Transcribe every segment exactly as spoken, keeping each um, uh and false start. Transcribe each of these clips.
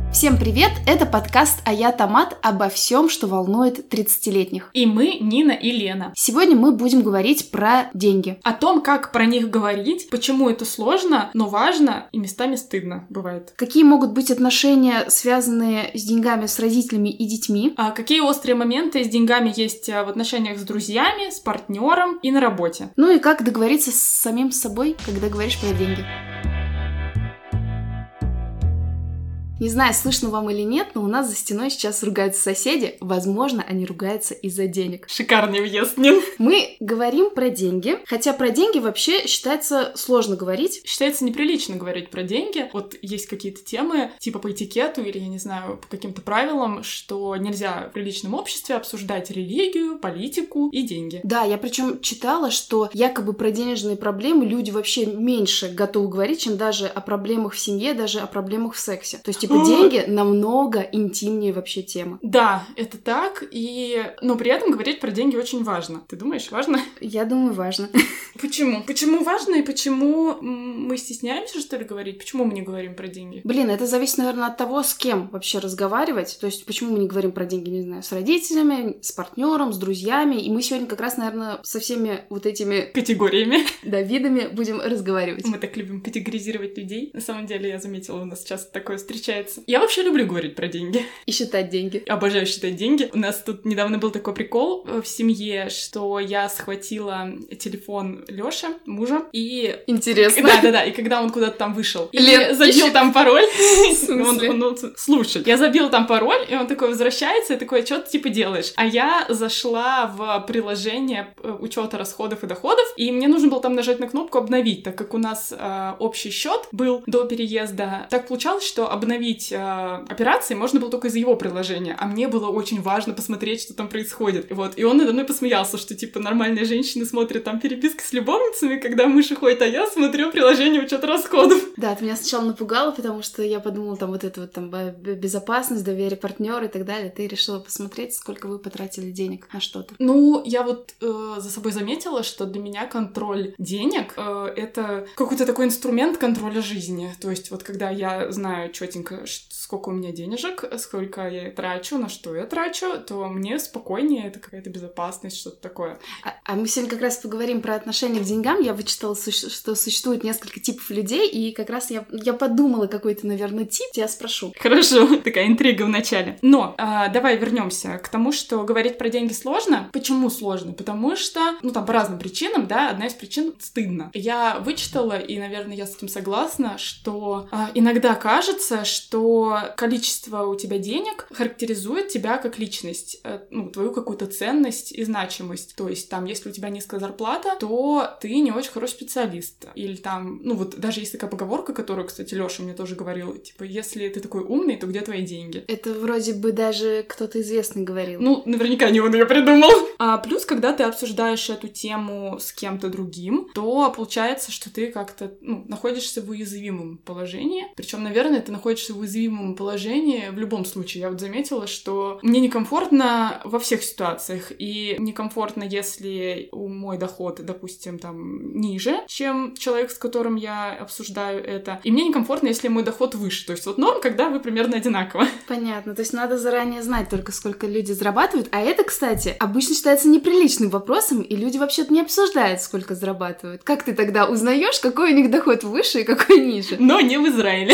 Всем привет! Это подкаст «А я Томат» обо всем, что волнует тридцатилетних. И мы, Нина и Лена. Сегодня мы будем говорить про деньги. О том, как про них говорить, почему это сложно, но важно и местами стыдно бывает. Какие могут быть отношения, связанные с деньгами с родителями и детьми. А какие острые моменты с деньгами есть в отношениях с друзьями, с партнером и на работе. Ну и как договориться с самим собой, когда говоришь про деньги. Не знаю, слышно вам или нет, но у нас за стеной сейчас ругаются соседи. Возможно, они ругаются из-за денег. Шикарный въезд, Нин. Мы говорим про деньги, хотя про деньги вообще считается сложно говорить. Считается неприлично говорить про деньги. Вот есть какие-то темы, типа по этикету или, я не знаю, по каким-то правилам, что нельзя в приличном обществе обсуждать религию, политику и деньги. Да, я причем читала, что якобы про денежные проблемы люди вообще меньше готовы говорить, чем даже о проблемах в семье, даже о проблемах в сексе. То есть, типа, деньги намного интимнее вообще тема. Да, это так, и... но при этом говорить про деньги очень важно. Ты думаешь, важно? Я думаю, важно. Почему? Почему важно и почему мы стесняемся, что ли, говорить? Почему мы не говорим про деньги? Блин, это зависит, наверное, от того, с кем вообще разговаривать. То есть, почему мы не говорим про деньги, не знаю, с родителями, с партнером, с друзьями. И мы сегодня как раз, наверное, со всеми вот этими... категориями. Да, видами будем разговаривать. Мы так любим категоризировать людей. На самом деле, я заметила, у нас часто такое встречается. Я вообще люблю говорить про деньги. И считать деньги. Обожаю считать деньги. У нас тут недавно был такой прикол в семье, что я схватила телефон Лёши, мужа, и... Интересно. Да-да-да, и когда он куда-то там вышел, и Лен, забил еще... там пароль... В смысле? Он, он, он, слушай, я забила там пароль, и он такой возвращается, и такой, что ты типа делаешь? А я зашла в приложение учета расходов и доходов, и мне нужно было там нажать на кнопку «Обновить», так как у нас э, общий счет был до переезда. Так получалось, что обновить операции можно было только из его приложения, а мне было очень важно посмотреть, что там происходит. Вот. И он надо мной посмеялся, что, типа, нормальные женщины смотрят там переписки с любовницами, когда муж уходит, а я смотрю приложение учета расходов. Да, это меня сначала напугало, потому что я подумала, там, вот это вот, там, безопасность, доверие партнера и так далее. Ты решила посмотреть, сколько вы потратили денег на что-то. Ну, я вот э, за собой заметила, что для меня контроль денег э, — это какой-то такой инструмент контроля жизни. То есть вот когда я знаю чётенько, сколько у меня денежек, сколько я трачу, на что я трачу, то мне спокойнее, это какая-то безопасность, что-то такое. А, а мы сегодня как раз поговорим про отношение к деньгам. Я вычитала, что существует несколько типов людей, и как раз я, я подумала, какой то, наверное, тип, я спрошу. Хорошо, такая интрига в начале. Но а, давай вернемся к тому, что говорить про деньги сложно. Почему сложно? Потому что, ну там по разным причинам, да, одна из причин — стыдно. Я вычитала, и, наверное, я с этим согласна, что а, иногда кажется, что количество у тебя денег характеризует тебя как личность, ну, твою какую-то ценность и значимость. То есть там, если у тебя низкая зарплата, то ты не очень хороший специалист. Или там, ну вот даже есть такая поговорка, которую, кстати, Лёша мне тоже говорил, типа, если ты такой умный, то где твои деньги? Это вроде бы даже кто-то известный говорил. Ну, наверняка не он её придумал. А плюс, когда ты обсуждаешь эту тему с кем-то другим, то получается, что ты как-то, ну, находишься в уязвимом положении. Причем, наверное, ты находишься в уязвимом положении в любом случае. Я вот заметила, что мне некомфортно во всех ситуациях. И некомфортно, если мой доход, допустим, там ниже, чем человек, с которым я обсуждаю это. И мне некомфортно, если мой доход выше. То есть вот норм, когда вы примерно одинаково. Понятно. То есть надо заранее знать только, сколько люди зарабатывают. А это, кстати, обычно считается неприличным вопросом, и люди вообще-то не обсуждают, сколько зарабатывают. Как ты тогда узнаешь, какой у них доход выше и какой ниже? Но не в Израиле.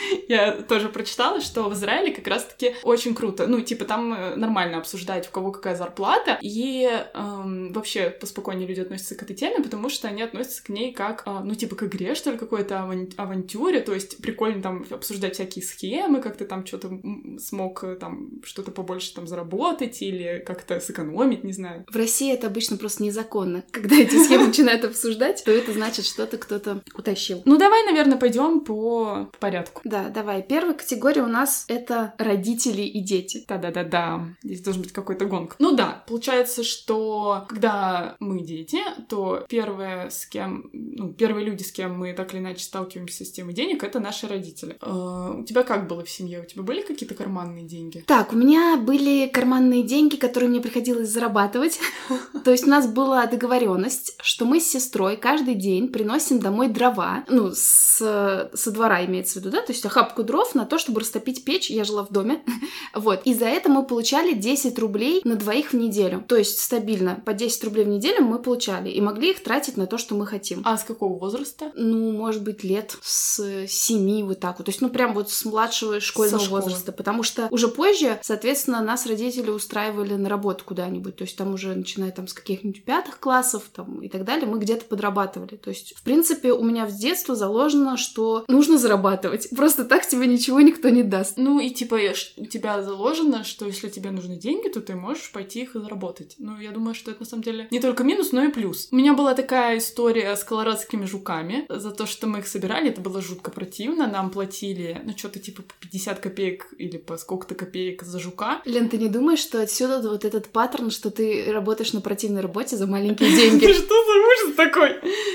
Я тоже прочитала, что в Израиле как раз-таки очень круто. Ну, типа, там нормально обсуждать, у кого какая зарплата, и эм, вообще поспокойнее люди относятся к этой теме, потому что они относятся к ней как, э, ну, типа, к игре, что ли, какой-то аван- авантюре, то есть прикольно там обсуждать всякие схемы, как ты там что-то смог там что-то побольше там заработать или как-то сэкономить, не знаю. В России это обычно просто незаконно. Когда эти схемы начинают обсуждать, то это значит, что-то кто-то утащил. Ну, давай, наверное, пойдем по порядку. Да, давай. Первая категория у нас — это родители и дети. Да-да-да-да. Здесь должен быть какой-то гонг. Ну да, получается, что когда мы дети, то первые, с кем, ну, первые люди, с кем мы так или иначе сталкиваемся с темой денег, это наши родители. Э, у тебя как было в семье? У тебя были какие-то карманные деньги? Так, у меня были карманные деньги, которые мне приходилось зарабатывать. То есть у нас была договоренность, что мы с сестрой каждый день приносим домой дрова. Ну, с, со двора имеется в виду, да? То есть охапку дров на то, чтобы растопить печь. Я жила в доме. Вот. И за это мы получали десять рублей на двоих в неделю. То есть стабильно по десять рублей в неделю мы получали. И могли их тратить на то, что мы хотим. А с какого возраста? Ну, может быть, лет с семи вот так вот. То есть, ну, прям вот с младшего школьного возраста. Потому что уже позже, соответственно, нас родители устраивали на работу куда-нибудь. То есть там уже, начиная там с каких-нибудь пятых классов там, и так далее, мы где-то подрабатывали. То есть, в принципе, у меня с детства заложено, что нужно зарабатывать. Просто так тебе ничего никто не даст. Ну, и типа у тебя заложено, что если тебе нужны деньги, то ты можешь пойти их и заработать. Ну, я думаю, что это на самом деле не только минус, но и плюс. У меня была такая история с колорадскими жуками. За то, что мы их собирали, это было жутко противно. Нам платили, ну, что-то типа по пятьдесят копеек или по сколько-то копеек за жука. Лен, ты не думаешь, что отсюда вот этот паттерн, что ты работаешь на противной работе за маленькие деньги? Что за ужас такой?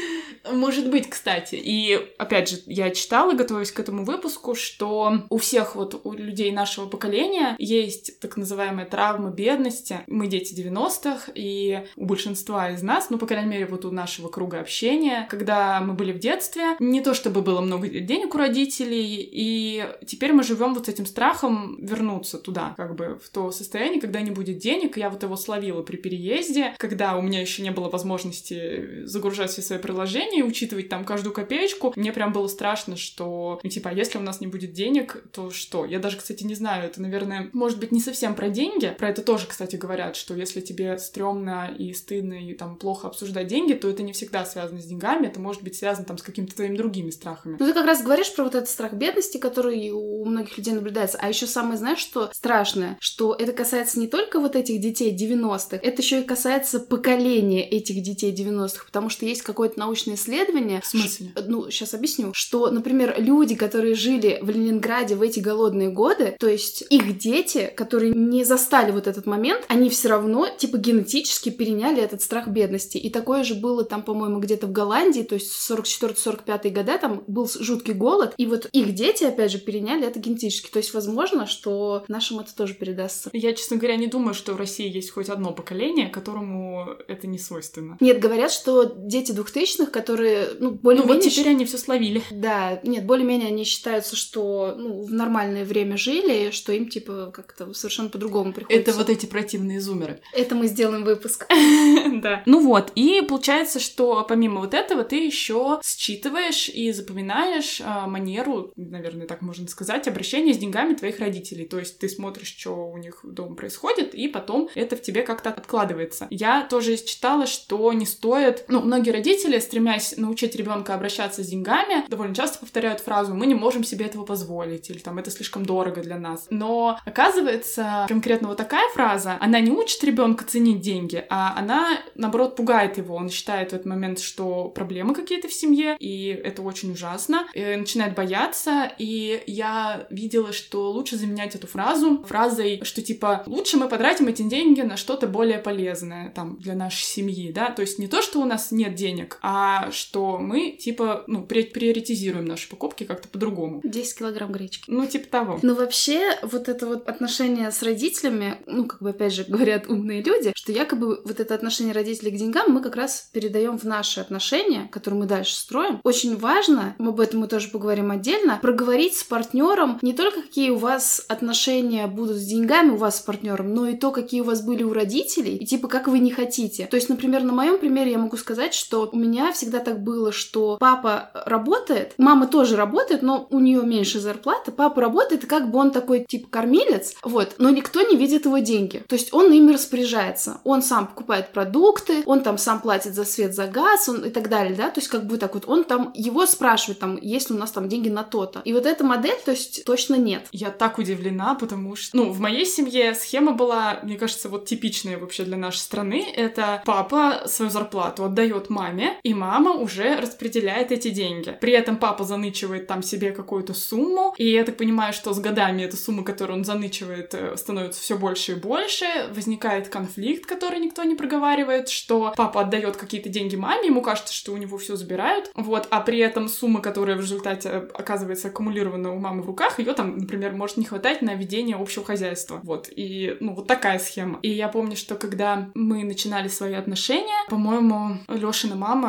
Может быть, кстати. И, опять же, я читала, готовясь к этому выпуску, что у всех вот у людей нашего поколения есть так называемая травма бедности. Мы дети девяностых, и у большинства из нас, ну, по крайней мере, вот у нашего круга общения, когда мы были в детстве, не то чтобы было много денег у родителей, и теперь мы живем вот с этим страхом вернуться туда, как бы в то состояние, когда не будет денег. Я вот его словила при переезде, когда у меня еще не было возможности загружать все свои приложения, и учитывать там каждую копеечку. Мне прям было страшно, что, ну, типа, а если у нас не будет денег, то что? Я даже, кстати, не знаю, это, наверное, может быть, не совсем про деньги. Про это тоже, кстати, говорят, что если тебе стрёмно и стыдно, и там плохо обсуждать деньги, то это не всегда связано с деньгами, это может быть связано там с какими-то твоими другими страхами. Ну, ты как раз говоришь про вот этот страх бедности, который у многих людей наблюдается. А еще самое, знаешь, что страшное? Что это касается не только вот этих детей девяностых, это еще и касается поколения этих детей девяностых, потому что есть какое-то научное исследование. В смысле? Ну, сейчас объясню. Что, например, люди, которые жили в Ленинграде в эти голодные годы, то есть их дети, которые не застали вот этот момент, они все равно, типа, генетически переняли этот страх бедности. И такое же было там, по-моему, где-то в Голландии, то есть в сорок четвёртый сорок пятый года там был жуткий голод, и вот их дети, опять же, переняли это генетически. То есть, возможно, что нашим это тоже передастся. Я, честно говоря, не думаю, что в России есть хоть одно поколение, которому это не свойственно. Нет, говорят, что дети двухтысячных, которые, ну, более-менее... Ну, вот теперь они все словили. Да, нет, более-менее они считаются, что, ну, в нормальное время жили, что им, типа, как-то совершенно по-другому приходится. Это вот эти противные зумеры. Это мы сделаем выпуск. Да. Ну вот, и получается, что помимо вот этого ты еще считываешь и запоминаешь а, манеру, наверное, так можно сказать, обращения с деньгами твоих родителей. То есть ты смотришь, что у них дома происходит, и потом это в тебе как-то откладывается. Я тоже читала, что не стоит... Ну, многие родители, стремясь научить ребенка обращаться с деньгами, довольно часто повторяют фразу «мы не можем себе этого позволить» или там «это слишком дорого для нас». Но оказывается, конкретно вот такая фраза, она не учит ребенка ценить деньги, а она, наоборот, пугает его. Он считает в этот момент, что проблемы какие-то в семье, и это очень ужасно, и начинает бояться, и я видела, что лучше заменять эту фразу фразой, что типа «лучше мы потратим эти деньги на что-то более полезное там для нашей семьи», да, то есть не то, что у нас нет денег, а что мы типа, ну, приоритизируем наши покупки как-то по-другому. десять килограмм гречки. Ну, типа того. Но вообще, вот это вот отношение с родителями, ну, как бы, опять же, говорят умные люди, что якобы вот это отношение родителей к деньгам мы как раз передаем в наши отношения, которые мы дальше строим. Очень важно, об этом мы тоже поговорим отдельно, проговорить с партнером не только какие у вас отношения будут с деньгами у вас с партнером, но и то, какие у вас были у родителей, и типа как вы не хотите. То есть, например, на моем примере я могу сказать, что у меня всегда так было, что папа работает, мама тоже работает, но у нее меньше зарплата, папа работает, и как бы он такой типа кормилец, вот, но никто не видит его деньги. То есть он ими распоряжается. Он сам покупает продукты, он там сам платит за свет, за газ, он и так далее, да, то есть как бы так вот, он там, его спрашивает там, есть ли у нас там деньги на то-то. И вот эта модель, то есть точно нет. Я так удивлена, потому что, ну, в моей семье схема была, мне кажется, вот типичная вообще для нашей страны. Это папа свою зарплату отдает маме, и мама уже распределяет эти деньги. При этом папа занычивает там себе какую-то сумму, и я так понимаю, что с годами эта сумма, которую он занычивает, становится все больше и больше. Возникает конфликт, который никто не проговаривает, что папа отдает какие-то деньги маме, ему кажется, что у него все забирают, вот, а при этом сумма, которая в результате оказывается аккумулирована у мамы в руках, ее там, например, может не хватать на ведение общего хозяйства. Вот, и, ну, вот такая схема. И я помню, что когда мы начинали свои отношения, по-моему, Лёшина мама сказала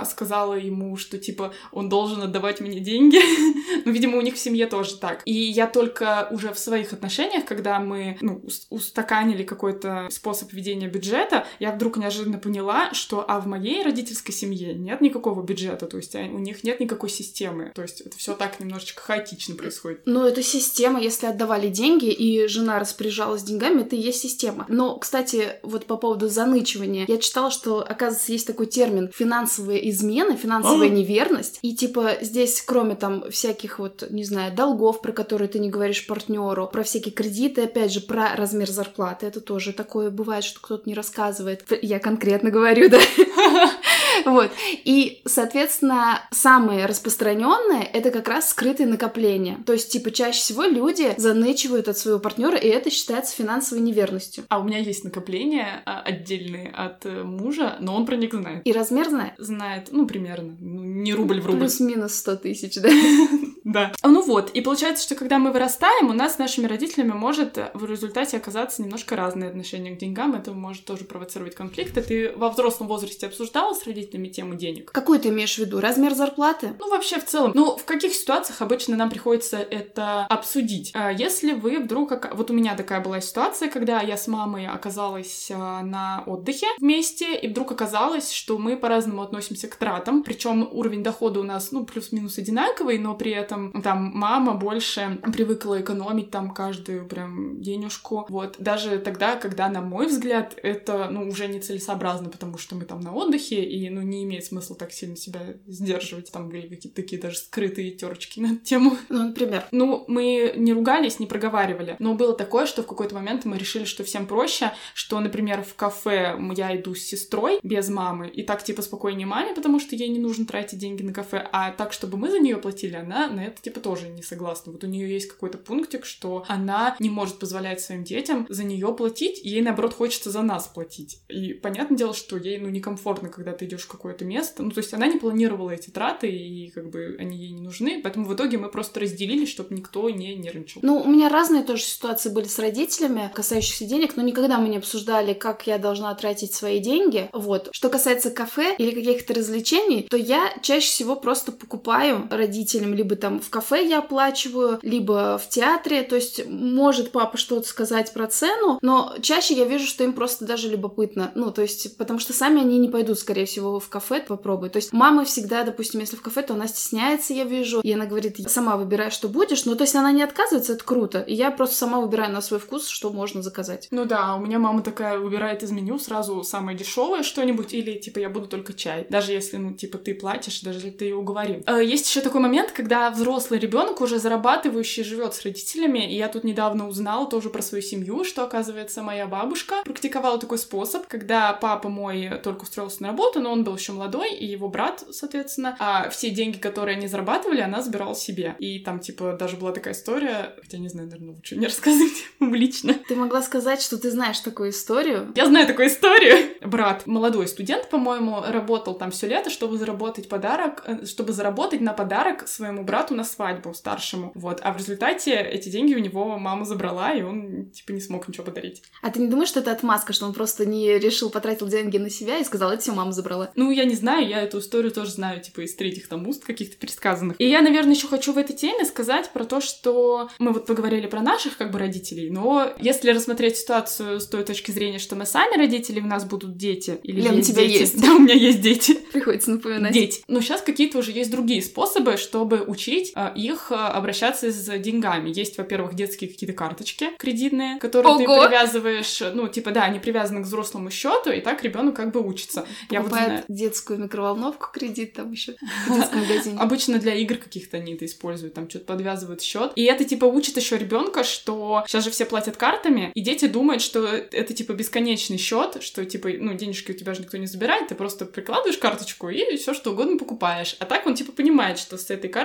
сказала ему, что, типа, он должен отдавать мне деньги. Ну, видимо, у них в семье тоже так. И я только уже в своих отношениях, когда мы, ну, устаканили какой-то способ ведения бюджета, я вдруг неожиданно поняла, что, а в моей родительской семье нет никакого бюджета, то есть у них нет никакой системы. То есть это все так немножечко хаотично происходит. Ну, это система, если отдавали деньги, и жена распоряжалась деньгами, это и есть система. Но, кстати, вот по поводу занычивания, я читала, что, оказывается, есть такой термин финансовая измена, финансовая неверность. И, типа, здесь, кроме там всяких вот, не знаю, долгов, про которые ты не говоришь партнеру, про всякие кредиты, опять же, про размер зарплаты, это тоже такое бывает, что кто-то не рассказывает. Я конкретно говорю, да. Вот. И, соответственно, самые распространенные это как раз скрытые накопления. То есть, типа, чаще всего люди занычивают от своего партнера, и это считается финансовой неверностью. А у меня есть накопления отдельные от мужа, но он про них знает. И размер знает? Знает, ну, примерно. Ну, не рубль в рубль. Плюс-минус сто тысяч, да? Да. Ну вот, и получается, что когда мы вырастаем, у нас с нашими родителями может в результате оказаться немножко разное отношение к деньгам, это может тоже провоцировать конфликты. Ты во взрослом возрасте обсуждала с родителями тему денег? Какую ты имеешь в виду? Размер зарплаты? Ну, вообще, в целом. Ну, в каких ситуациях обычно нам приходится это обсудить? Если вы вдруг... Вот у меня такая была ситуация, когда я с мамой оказалась на отдыхе вместе, и вдруг оказалось, что мы по-разному относимся к тратам, причем уровень дохода у нас, ну, плюс-минус одинаковый, но при этом там мама больше привыкла экономить там каждую прям денежку. Вот. Даже тогда, когда, на мой взгляд, это, ну, уже нецелесообразно, потому что мы там на отдыхе, и, ну, не имеет смысла так сильно себя сдерживать. Там были какие-то такие даже скрытые терочки на эту тему. Ну, например? Ну, мы не ругались, не проговаривали. Но было такое, что в какой-то момент мы решили, что всем проще, что, например, в кафе я иду с сестрой без мамы, и так, типа, спокойнее маме, потому что ей не нужно тратить деньги на кафе, а так, чтобы мы за нее платили, она на это, типа, тоже не согласна. Вот у нее есть какой-то пунктик, что она не может позволять своим детям за нее платить, и ей, наоборот, хочется за нас платить. И понятное дело, что ей, ну, некомфортно, когда ты идешь в какое-то место. Ну, то есть она не планировала эти траты, и, как бы, они ей не нужны, поэтому в итоге мы просто разделились, чтобы никто не нервничал. Ну, у меня разные тоже ситуации были с родителями, касающиеся денег, но никогда мы не обсуждали, как я должна тратить свои деньги. Вот. Что касается кафе или каких-то развлечений, то я чаще всего просто покупаю родителям либо там в кафе я оплачиваю, либо в театре, то есть может папа что-то сказать про цену, но чаще я вижу, что им просто даже любопытно, ну, то есть, потому что сами они не пойдут, скорее всего, в кафе попробовать. То есть мама всегда, допустим, если в кафе, то она стесняется, я вижу, и она говорит, сама выбирай, что будешь, ну, то есть она не отказывается, это круто, и я просто сама выбираю на свой вкус, что можно заказать. Ну да, у меня мама такая выбирает из меню сразу самое дешевое что-нибудь, или, типа, я буду только чай, даже если, ну, типа, ты платишь, даже если ты ее уговорил. Есть еще такой момент, когда взрослый ребенок уже зарабатывающий живет с родителями, и я тут недавно узнала тоже про свою семью, что, оказывается, моя бабушка практиковала такой способ, когда папа мой только устроился на работу, но он был еще молодой, и его брат, соответственно, а все деньги, которые они зарабатывали, она забирала себе. И там, типа, даже была такая история, хотя не знаю, наверное, лучше не рассказывать публично. Ты могла сказать, что ты знаешь такую историю? Я знаю такую историю. Брат, молодой студент, по-моему, работал там все лето, чтобы заработать подарок, чтобы заработать на подарок своему брату на свадьбу старшему. Вот. А в результате эти деньги у него мама забрала, и он, типа, не смог ничего подарить. А ты не думаешь, что это отмазка, что он просто не решил потратил деньги на себя и сказал, это все мама забрала? Ну, я не знаю, я эту историю тоже знаю, типа, из третьих там уст каких-то пересказанных. И я, наверное, еще хочу в этой теме сказать про то, что мы вот поговорили про наших, как бы, родителей, но если рассмотреть ситуацию с той точки зрения, что мы сами родители, у нас будут дети, или Лен, есть у тебя дети. есть. Да, у меня есть дети. Приходится напоминать. Дети. Но сейчас какие-то уже есть другие способы, чтобы учить э, их э, обращаться с деньгами. Есть, во-первых, детские какие-то карточки кредитные, которые Ого! ты привязываешь, ну, типа, да, они привязаны к взрослому счету, и так ребенок как бы учится. Я вот Покупает знаю... детскую микроволновку, кредит там еще в детском магазине. Обычно для игр каких-то они это используют, там что-то подвязывают счет. И это, типа, учит еще ребенка, что сейчас же все платят картами, и дети думают, что это, типа, бесконечный счет, что, типа, ну, денежки у тебя же никто не забирает, ты просто прикладываешь карточку и все что угодно покупаешь. А так он, типа, понимает, что с этой карты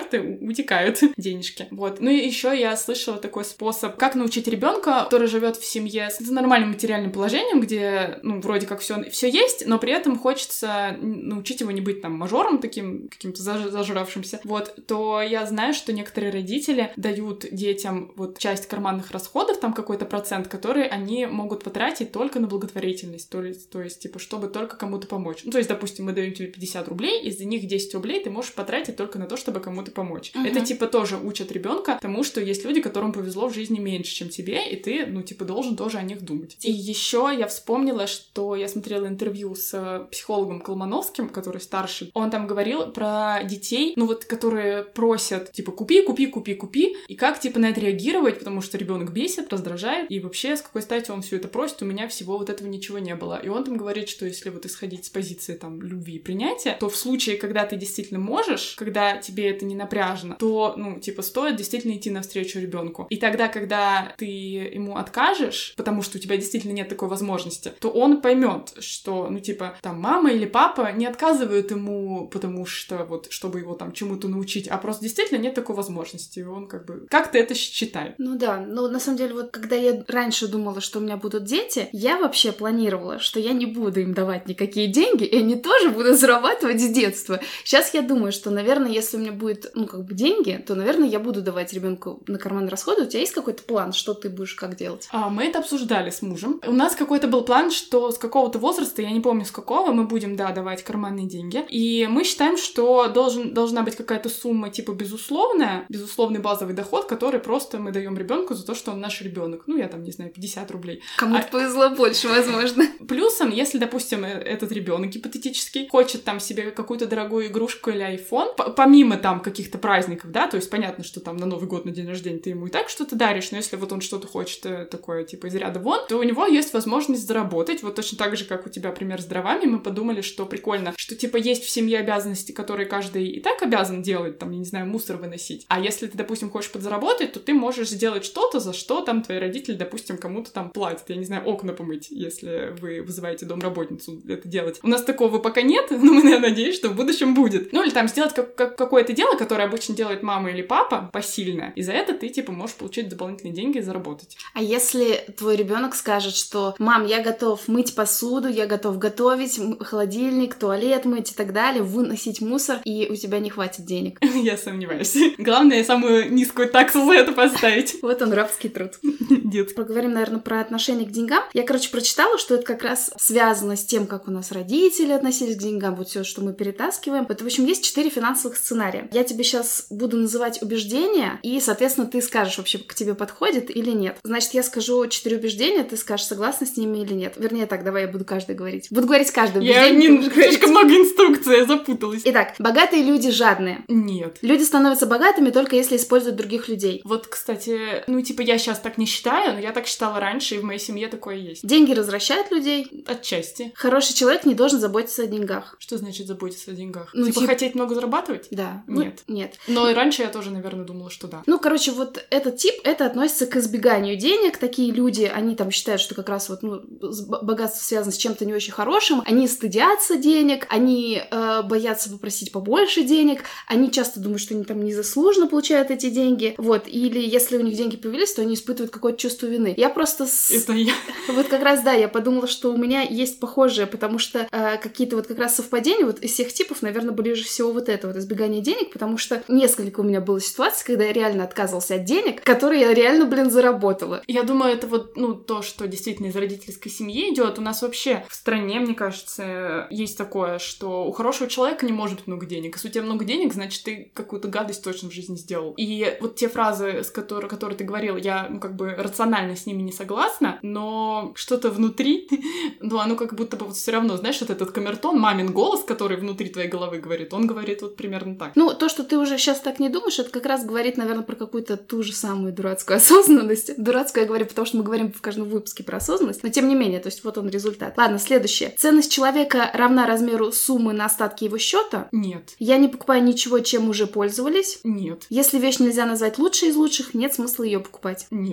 утекают денежки. Вот. Ну и еще я слышала такой способ, как научить ребенка, который живет в семье с нормальным материальным положением, где, ну, вроде как все, все есть, но при этом хочется научить его не быть там мажором таким, каким-то зажравшимся. Вот. То я знаю, что некоторые родители дают детям вот часть карманных расходов, там какой-то процент, который они могут потратить только на благотворительность, то есть, то есть типа, чтобы только кому-то помочь. Ну, то есть, допустим, мы даем тебе пятьдесят рублей, из них десять рублей ты можешь потратить только на то, чтобы кому-то помочь. Uh-huh. Это, типа, тоже учат ребенка тому, что есть люди, которым повезло в жизни меньше, чем тебе, и ты, ну, типа, должен тоже о них думать. И еще я вспомнила, что я смотрела интервью с психологом Колмановским, который старший. Он там говорил про детей, ну, вот, которые просят, типа, купи, купи, купи, купи, и как, типа, на это реагировать, потому что ребенок бесит, раздражает, и вообще, с какой стати он все это просит, у меня всего вот этого ничего не было. И он там говорит, что если вот исходить с позиции, там, любви и принятия, то в случае, когда ты действительно можешь, когда тебе это не напряжно, то, ну, типа, стоит действительно идти навстречу ребенку. И тогда, когда ты ему откажешь, потому что у тебя действительно нет такой возможности, то он поймет, что, ну, типа, там, мама или папа не отказывают ему, потому что, вот, чтобы его там чему-то научить, а просто действительно нет такой возможности. И он как бы... Как ты это считаешь? Ну да, ну, на самом деле, вот, когда я раньше думала, что у меня будут дети, я вообще планировала, что я не буду им давать никакие деньги, и они тоже будут зарабатывать с детства. Сейчас я думаю, что, наверное, если у меня будет, ну, как бы деньги, то, наверное, я буду давать ребенку на карманные расходы. У тебя есть какой-то план, что ты будешь как делать? А, мы это обсуждали с мужем. У нас какой-то был план, что с какого-то возраста, я не помню с какого, мы будем, да, давать карманные деньги. И мы считаем, что должен, должна быть какая-то сумма, типа, безусловная, безусловный базовый доход, который просто мы даем ребенку за то, что он наш ребенок. Ну, я там, не знаю, пятьдесят рублей. Кому-то а... повезло больше, возможно. Плюсом, если, допустим, этот ребенок гипотетически хочет там себе какую-то дорогую игрушку или айфон, помимо там каких-то праздников, да, то есть понятно, что там на Новый год, на день рождения ты ему и так что-то даришь, но если вот он что-то хочет такое, типа, из ряда вон, то у него есть возможность заработать, вот точно так же, как у тебя пример с дровами, мы подумали, что прикольно, что, типа, есть в семье обязанности, которые каждый и так обязан делать, там, я не знаю, мусор выносить, а если ты, допустим, хочешь подзаработать, то ты можешь сделать что-то, за что там твои родители, допустим, кому-то там платят, я не знаю, окна помыть, если вы вызываете домработницу это делать. У нас такого пока нет, но мы, наверное, надеюсь, что в будущем будет. Ну, или там сделать как, как, какое-то дело, которое обычно делает мама или папа, посильное, и за это ты, типа, можешь получить дополнительные деньги и заработать. А если твой ребенок скажет, что «мам, я готов мыть посуду, я готов готовить, холодильник, туалет мыть и так далее, выносить мусор, и у тебя не хватит денег». Я сомневаюсь. Главное, самую низкую таксу за это поставить. Вот он, рабский труд. Детский. Поговорим, наверное, про отношение к деньгам. Я, короче, прочитала, что это как раз связано с тем, как у нас родители относились к деньгам, вот все, что мы перетаскиваем. Вот, в общем, есть четыре финансовых сценария. Я тебе сейчас буду называть убеждения, и, соответственно, ты скажешь, вообще к тебе подходит или нет. Значит, я скажу четыре убеждения, ты скажешь, согласна с ними или нет. Вернее, так, давай я буду каждый говорить. Буду говорить каждое убеждение. Я не... Слишком много инструкций, я запуталась. Итак, богатые люди жадные. Нет. Люди становятся богатыми только если используют других людей. Вот, кстати, ну, типа, я сейчас так не считаю, но я так считала раньше, и в моей семье такое есть. Деньги развращают людей. Отчасти. Хороший человек не должен заботиться о деньгах. Что значит заботиться о деньгах? Ну, типа, тип... хотеть много зарабатывать? Да. Нет. Ну, нет. Но и раньше я тоже, наверное, думала, что да. Ну, короче, вот этот тип, это относится к избеганию денег. Такие люди, они там считают, что как раз вот, ну, богатство связано с чем-то не очень хорошим. Они стыдятся денег, они э, боятся попросить побольше денег, они часто думают, что они там незаслуженно получают эти деньги. Вот. Или если у них деньги появились, то они испытывают какое-то чувство вины. Я просто... С... Это я. Вот как раз, да, я подумала, что у меня есть похожие, потому что э, какие-то вот как раз совпадения, вот из всех типов, наверное, ближе всего вот это вот избегание денег, потому что несколько у меня было ситуаций, когда я реально отказывался от денег, которые я реально, блин, заработала. Я думаю, это вот, ну, то, что действительно из родительской семьи идет. У нас вообще в стране, мне кажется, есть такое, что у хорошего человека не может быть много денег. Если у тебя много денег, значит, ты какую-то гадость точно в жизни сделал. И вот те фразы, с которой, которые ты говорил, я, ну, как бы рационально с ними не согласна, но что-то внутри, ну, оно как будто бы вот все равно, знаешь, вот этот камертон, мамин голос, который внутри твоей головы говорит, он говорит вот примерно так. Ну, то, что ты уже сейчас так не думаешь, это как раз говорит, наверное, про какую-то ту же самую дурацкую осознанность. Дурацкую я говорю, потому что мы говорим в каждом выпуске про осознанность, но тем не менее, то есть вот он результат. Ладно, следующее. Ценность человека равна размеру суммы на остатки его счета? Нет. Я не покупаю ничего, чем уже пользовались? Нет. Если вещь нельзя назвать лучшей из лучших, нет смысла ее покупать? Нет. Ну,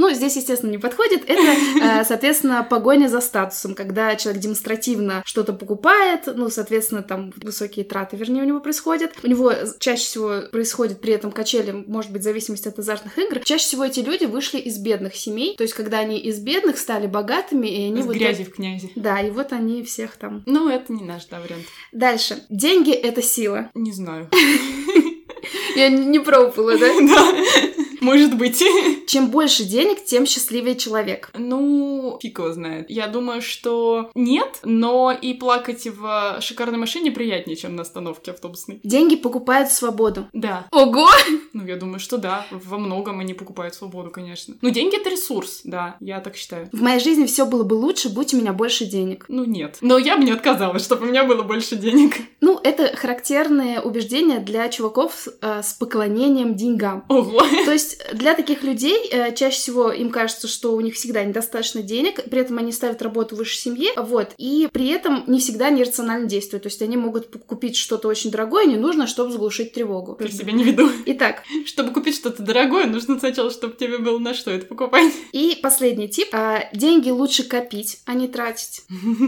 Ну, здесь, естественно, не подходит. Это, соответственно, погоня за статусом, когда человек демонстративно что-то покупает, ну, соответственно, там высокие траты, вернее, у него происходят. У него чаще всего происходит при этом качели, может быть, в зависимости от азартных игр. Чаще всего эти люди вышли из бедных семей, то есть когда они из бедных стали богатыми, и они... С вот грязи это... в князи. Да, и вот они всех там... Ну, это не наш, да, вариант. Дальше. Деньги — это сила. Не знаю. Я не пробовала, да? Да. Может быть. Чем больше денег, тем счастливее человек. Ну, фиг его знает. Я думаю, что нет, но и плакать в шикарной машине приятнее, чем на остановке автобусной. Деньги покупают свободу. Да. Ого! Ну, я думаю, что да. Во многом они покупают свободу, конечно. Ну, деньги — это ресурс, да, я так считаю. В моей жизни все было бы лучше, будь у меня больше денег. Ну, нет. Но я бы не отказалась, чтобы у меня было больше денег. Ну, это характерные убеждения для чуваков э, с поклонением деньгам. Ого! То есть для таких людей э, чаще всего им кажется, что у них всегда недостаточно денег, при этом они ставят работу выше семьи, вот, и при этом не всегда нерационально действуют. То есть они могут купить что-то очень дорогое, не нужно, чтобы заглушить тревогу. Я себя не веду. Итак. Чтобы купить что-то дорогое, нужно сначала, чтобы тебе было на что это покупать. И последний тип. Э, деньги лучше копить, а не тратить.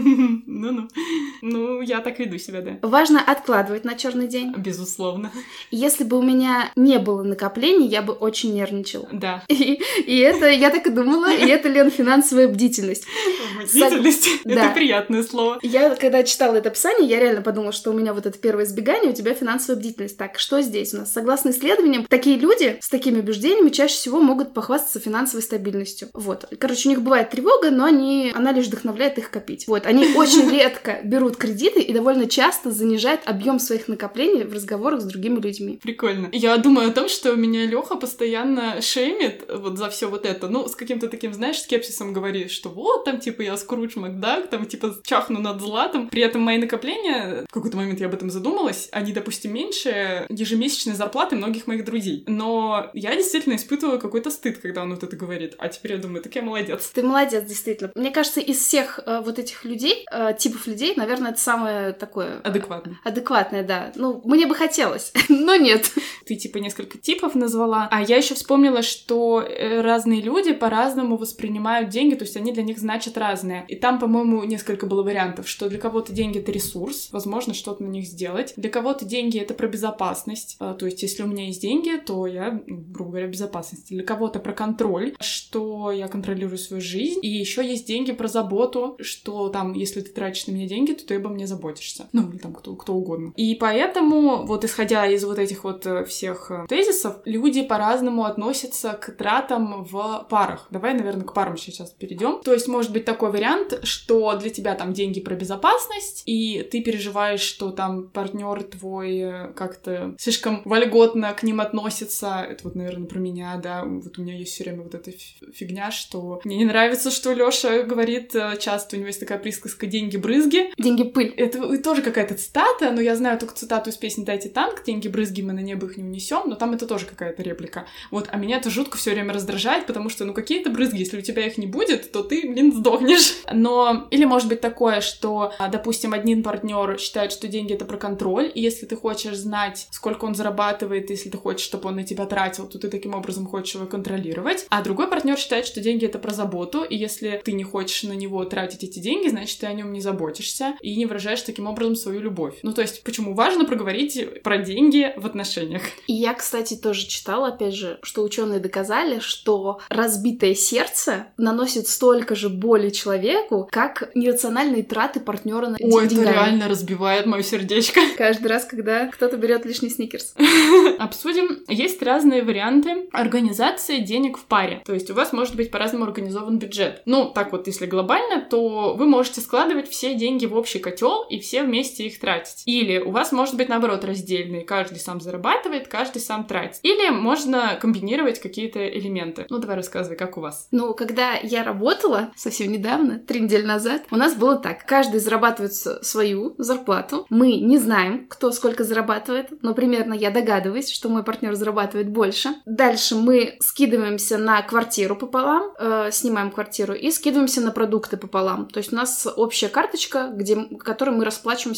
Ну-ну. Ну, я так веду себя, да. Важно откладывать на черный день. Безусловно. Если бы у меня не было накоплений, я бы очень нервничала. Да. И, и это, я так и думала, и это, Лен, финансовая бдительность. Бдительность? Сог... Это да. приятное слово. Я, когда читала это описание, я реально подумала, что у меня вот это первое избегание, у тебя финансовая бдительность. Так, что здесь у нас? Согласно исследованиям, такие люди с такими убеждениями чаще всего могут похвастаться финансовой стабильностью. Вот. Короче, у них бывает тревога, но они, она лишь вдохновляет их копить. Вот. Они очень редко берут кредиты и довольно часто занижают объем своих накоплений в разговорах с другими людьми. Прикольно. Я думаю о том, что меня Лёха постоянно шеймит вот за все вот это. Ну, с каким-то таким, знаешь, скепсисом говорит, что вот там, типа, я Скрудж Макдак, там, типа, чахну над златом. При этом мои накопления, в какой-то момент я об этом задумалась, они, допустим, меньше ежемесячной зарплаты многих моих друзей. Но я действительно испытываю какой-то стыд, когда он вот это говорит. А теперь я думаю, так я молодец. Ты молодец, действительно. Мне кажется, из всех э, вот этих людей, э, типов людей, наверное, это самое такое... Адекватное. Адекватное, да. Ну, мне бы хотелось, но нет. Ты, типа, несколько типов назвала. А я еще вспомнила, что разные люди по-разному воспринимают деньги, то есть они для них значат разное. И там, по-моему, несколько было вариантов, что для кого-то деньги — это ресурс, возможно, что-то на них сделать. Для кого-то деньги — это про безопасность, то есть если у меня есть деньги, то я, грубо говоря, в безопасности. Для кого-то про контроль, что я контролирую свою жизнь. И еще есть деньги про заботу, что там, если ты тратишь на меня деньги, то ты обо мне заботишься. Ну, или там кто, кто угодно. И поэтому, вот исходя из вот этих вот всех тезисов, люди по-разному относятся к тратам в парах. Давай, наверное, к парам сейчас перейдем. То есть может быть такой вариант, что для тебя там деньги про безопасность, и ты переживаешь, что там партнер твой как-то слишком вольготно к ним относится. Это вот, наверное, про меня, да. Вот у меня есть все время вот эта фигня, что мне не нравится, что Лёша говорит часто, у него есть такая присказка «деньги-брызги». Деньги-пыль. Это тоже какая-то цитата, но я знаю только цитату из песни «Дайте танк», «деньги-брызги, мы на небо их не унесем», но там это тоже какая-то реплика. Вот, а меня это жутко все время раздражает, потому что, ну, какие-то брызги, если у тебя их не будет, то ты, блин, сдохнешь. Но, или может быть такое, что, допустим, один партнер считает, что деньги — это про контроль, и если ты хочешь знать, сколько он зарабатывает, если ты хочешь, чтобы он на тебя тратил, то ты таким образом хочешь его контролировать. А другой партнер считает, что деньги — это про заботу, и если ты не хочешь на него тратить эти деньги, значит, ты о нем не заботишься и не выражаешь таким образом свою любовь. Ну, то есть, почему важно проговорить про деньги в отношениях? И я, кстати, тоже читала, опять же, что ученые доказали, что разбитое сердце наносит столько же боли человеку, как нерациональные траты партнера на деньгами. Ой, это реально разбивает мое сердечко. Каждый раз, когда кто-то берет лишний сникерс. Обсудим. Есть разные варианты организации денег в паре. То есть у вас может быть по-разному организован бюджет. Ну, так вот, если глобально, то вы можете складывать все деньги в общий котел и все вместе их тратить. Или у вас может быть, наоборот, раздельный. Каждый сам зарабатывает, каждый сам тратит. Или можно комбинировать какие-то элементы. Ну, давай рассказывай, как у вас. Ну, когда я работала совсем недавно, три недели назад, у нас было так. Каждый зарабатывает свою зарплату. Мы не знаем, кто сколько зарабатывает, но примерно я догадываюсь, что мой партнер зарабатывает больше. Дальше мы скидываемся на квартиру пополам, э, снимаем квартиру и скидываемся на продукты пополам. То есть у нас общая карточка, где, которой мы расплачиваемся продуктами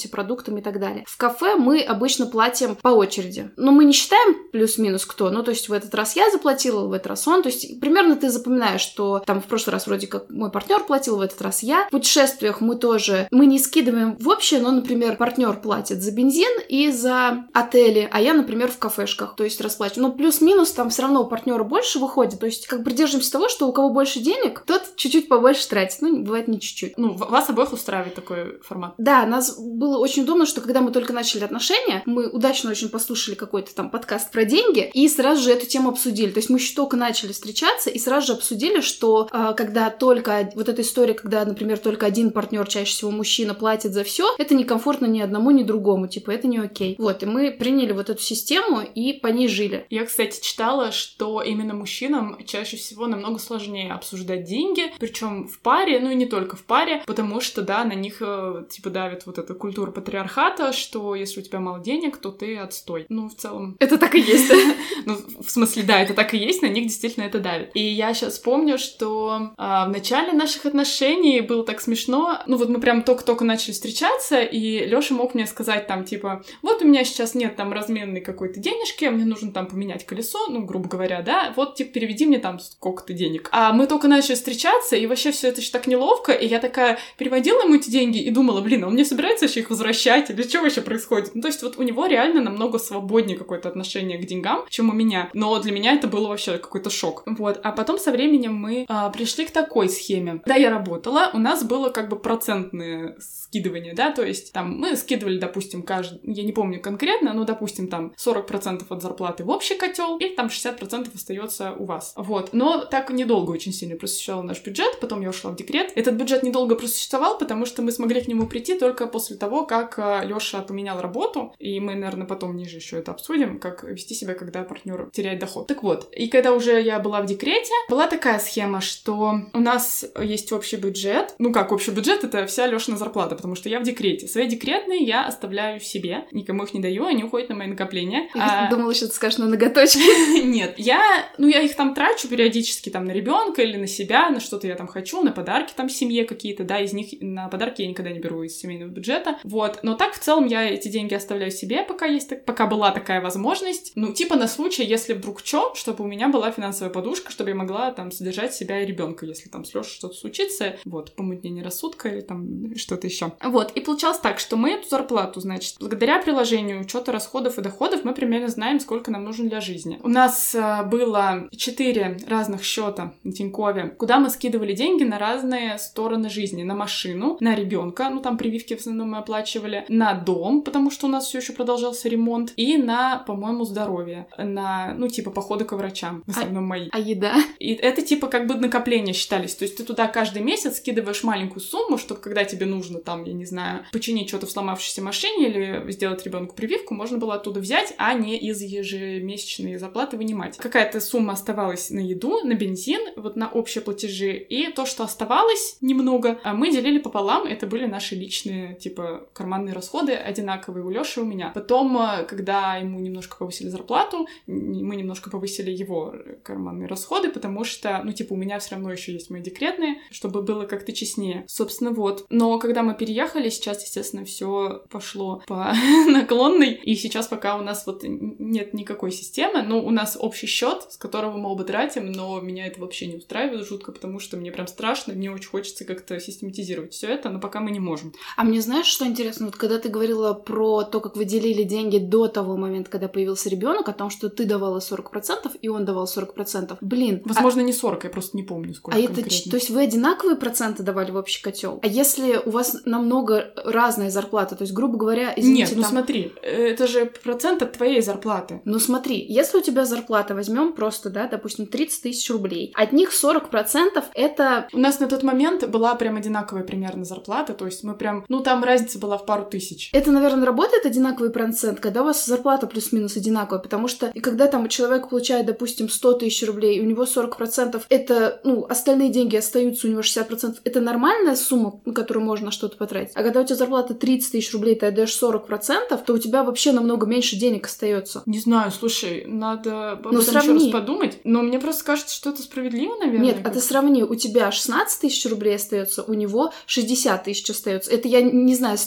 продуктам и так далее. В кафе мы обычно платим по очереди. Но мы не считаем плюс-минус кто. Ну, то есть в этот раз я заплатила, в этот раз он. То есть примерно ты запоминаешь, что там в прошлый раз вроде как мой партнер платил, в этот раз я. В путешествиях мы тоже, мы не скидываем в общее, но, например, партнер платит за бензин и за отели, а я, например, в кафешках, то есть расплачиваю. Но плюс-минус там все равно у партнера больше выходит. То есть как бы придерживаемся того, что у кого больше денег, тот чуть-чуть побольше тратит. Ну, бывает не чуть-чуть. Ну, вас обоих устраивает такой формат? Да, нас было очень удобно, что когда мы только начали отношения, мы удачно очень послушали какой-то там подкаст про деньги и сразу же эту тему обсудили. То есть мы еще только начали встречаться и сразу же обсудили, что э, когда только вот эта история, когда, например, только один партнер, чаще всего мужчина, платит за все, это некомфортно ни одному, ни другому. Типа, это не окей. Вот, и мы приняли вот эту систему и по ней жили. Я, кстати, читала, что именно мужчинам чаще всего намного сложнее обсуждать деньги, причем в паре, ну и не только в паре, потому что, да, на них, типа, давит вот эта культура патриархата, что если у тебя мало денег, то ты отстой. Ну, в целом... Это так и есть. Ну, в смысле, да, это так и есть, на них действительно это давит. И я сейчас помню, что в начале наших отношений было так смешно, ну, вот мы прям только-только начали встречаться, и Лёша мог мне сказать там, типа, вот у меня сейчас нет там разменной какой-то денежки, мне нужно там поменять колесо, ну, грубо говоря, да, вот, типа, переведи мне там сколько-то денег. А мы только начали встречаться, и вообще все это еще так неловко, и я такая переводила ему эти деньги и думала, блин, а он мне собирается вообще их возвращать, или что вообще происходит? Ну, то есть вот у него реально намного свободнее какое-то отношение к деньгам, чем у меня, но для меня это было вообще какой-то шок. Вот, а потом со временем мы а, пришли к такой схеме. Да, я работала, у нас было как бы процентное скидывание, да, то есть там мы скидывали, допустим, каждый, я не помню конкретно, но, допустим, там сорок процентов от зарплаты в общий котел, и там шестьдесят процентов остается у вас. Вот, но так недолго очень сильно просуществовал наш бюджет, потом я ушла в декрет. Этот бюджет недолго просуществовал, потому что мы смогли к нему прийти только после того, как Лёша поменял работу, и мы, наверное, потом ниже еще это обсудим, как вести себя, когда партнер теряет доход. Так вот, и когда уже я была в декрете, была такая схема, что у нас есть общий бюджет, ну как общий бюджет, это вся Лёшина зарплата, потому что я в декрете. Свои декретные я оставляю себе, никому их не даю, они уходят на мои накопления. Я а... думала, что ты скажешь на ноготочки. Нет, я, ну я их там трачу периодически там на ребенка или на себя, на что-то я там хочу, на подарки там семье какие-то, да, из них на подарки я никогда не беру из семейного бюджета, вот. Но так в целом я эти деньги оставляю себе, пока есть, пока была такая возможность, ну типа на случай, если вдруг чё, чтобы у меня была финансовая подушка, чтобы я могла там содержать себя и ребенка, если там с Лёшей что-то случится, вот, помутнение рассудка или там что-то еще. Вот, и получалось так, что мы эту зарплату, значит, благодаря приложению учета расходов и доходов мы примерно знаем, сколько нам нужно для жизни. У нас э, было четыре разных счета на Тинькове, куда мы скидывали деньги на разные стороны жизни. На машину, на ребенка, ну там прививки в основном мы оплачивали, на дом, потому что у нас все еще продолжался ремонт, и на, по-моему, здоровье, на, ну типа походы к врачам, в основном а, мои. А еда? И это типа как бы накопления считались, то есть ты туда каждый месяц скидываешь маленькую сумму, чтобы когда тебе нужно там, я не знаю, починить что-то в сломавшейся машине или сделать ребенку прививку, можно было оттуда взять, а не из ежемесячной зарплаты вынимать. Какая-то сумма оставалась на еду, на бензин, вот на общие платежи, и то, что оставалось немного, мы делили пополам, это были наши личные, типа, карманные расходы, одинаковые у Лёши и у меня. Потом, когда ему немножко повысили зарплату, мы немножко повысили его карманные расходы, потому что, ну, типа, у меня все равно еще есть мои декретные, чтобы было как-то честнее. Собственно, вот. Но когда мы переехали, сейчас, естественно, все пошло по наклонной, и сейчас пока у нас вот нет никакой системы, ну, у нас общий счет, с которого мы оба тратим, но меня это вообще не устраивает жутко, потому что мне прям страшно, мне очень хочется как-то систематизировать все это, но пока мы не можем. А мне знаешь, что интересно? Вот когда ты говорила про то, как вы делили деньги до того момента, когда появился ребенок, о том, что ты давала сорок процентов, и он давал сорок процентов. Блин. Возможно, а... не сорок, я просто не помню, сколько а конкретно. Это, то есть вы одинаковые проценты давали в общий котел? А если у вас намного разная зарплата, то есть, грубо говоря, извините, Нет, ну там... смотри, это же процент от твоей зарплаты. Ну смотри, если у тебя зарплата, возьмем просто, да, допустим, тридцать тысяч рублей, от них сорок процентов это... У нас на тот момент была прям одинаковая примерно зарплата, то есть мы прям, ну там разница была в пару тысяч. Это, наверное, работает одинаковый процент, когда у вас зарплата плюс-минус одинаковая, потому что и когда там человек получает, допустим, сто тысяч рублей, и у него сорок процентов, это, ну, остальные деньги остаются, у него шестьдесят процентов, это нормальная сумма, на которую можно что-то потратить. А когда у тебя зарплата тридцать тысяч рублей, ты отдаешь сорок процентов, то у тебя вообще намного меньше денег остается. Не знаю, слушай, надо об ну, этом еще раз подумать, но мне просто кажется, что это справедливо, наверное. Нет, а ты сравни, у тебя шестнадцать тысяч рублей остается, у него шестьдесят тысяч остается. Это я не знаю, столько ли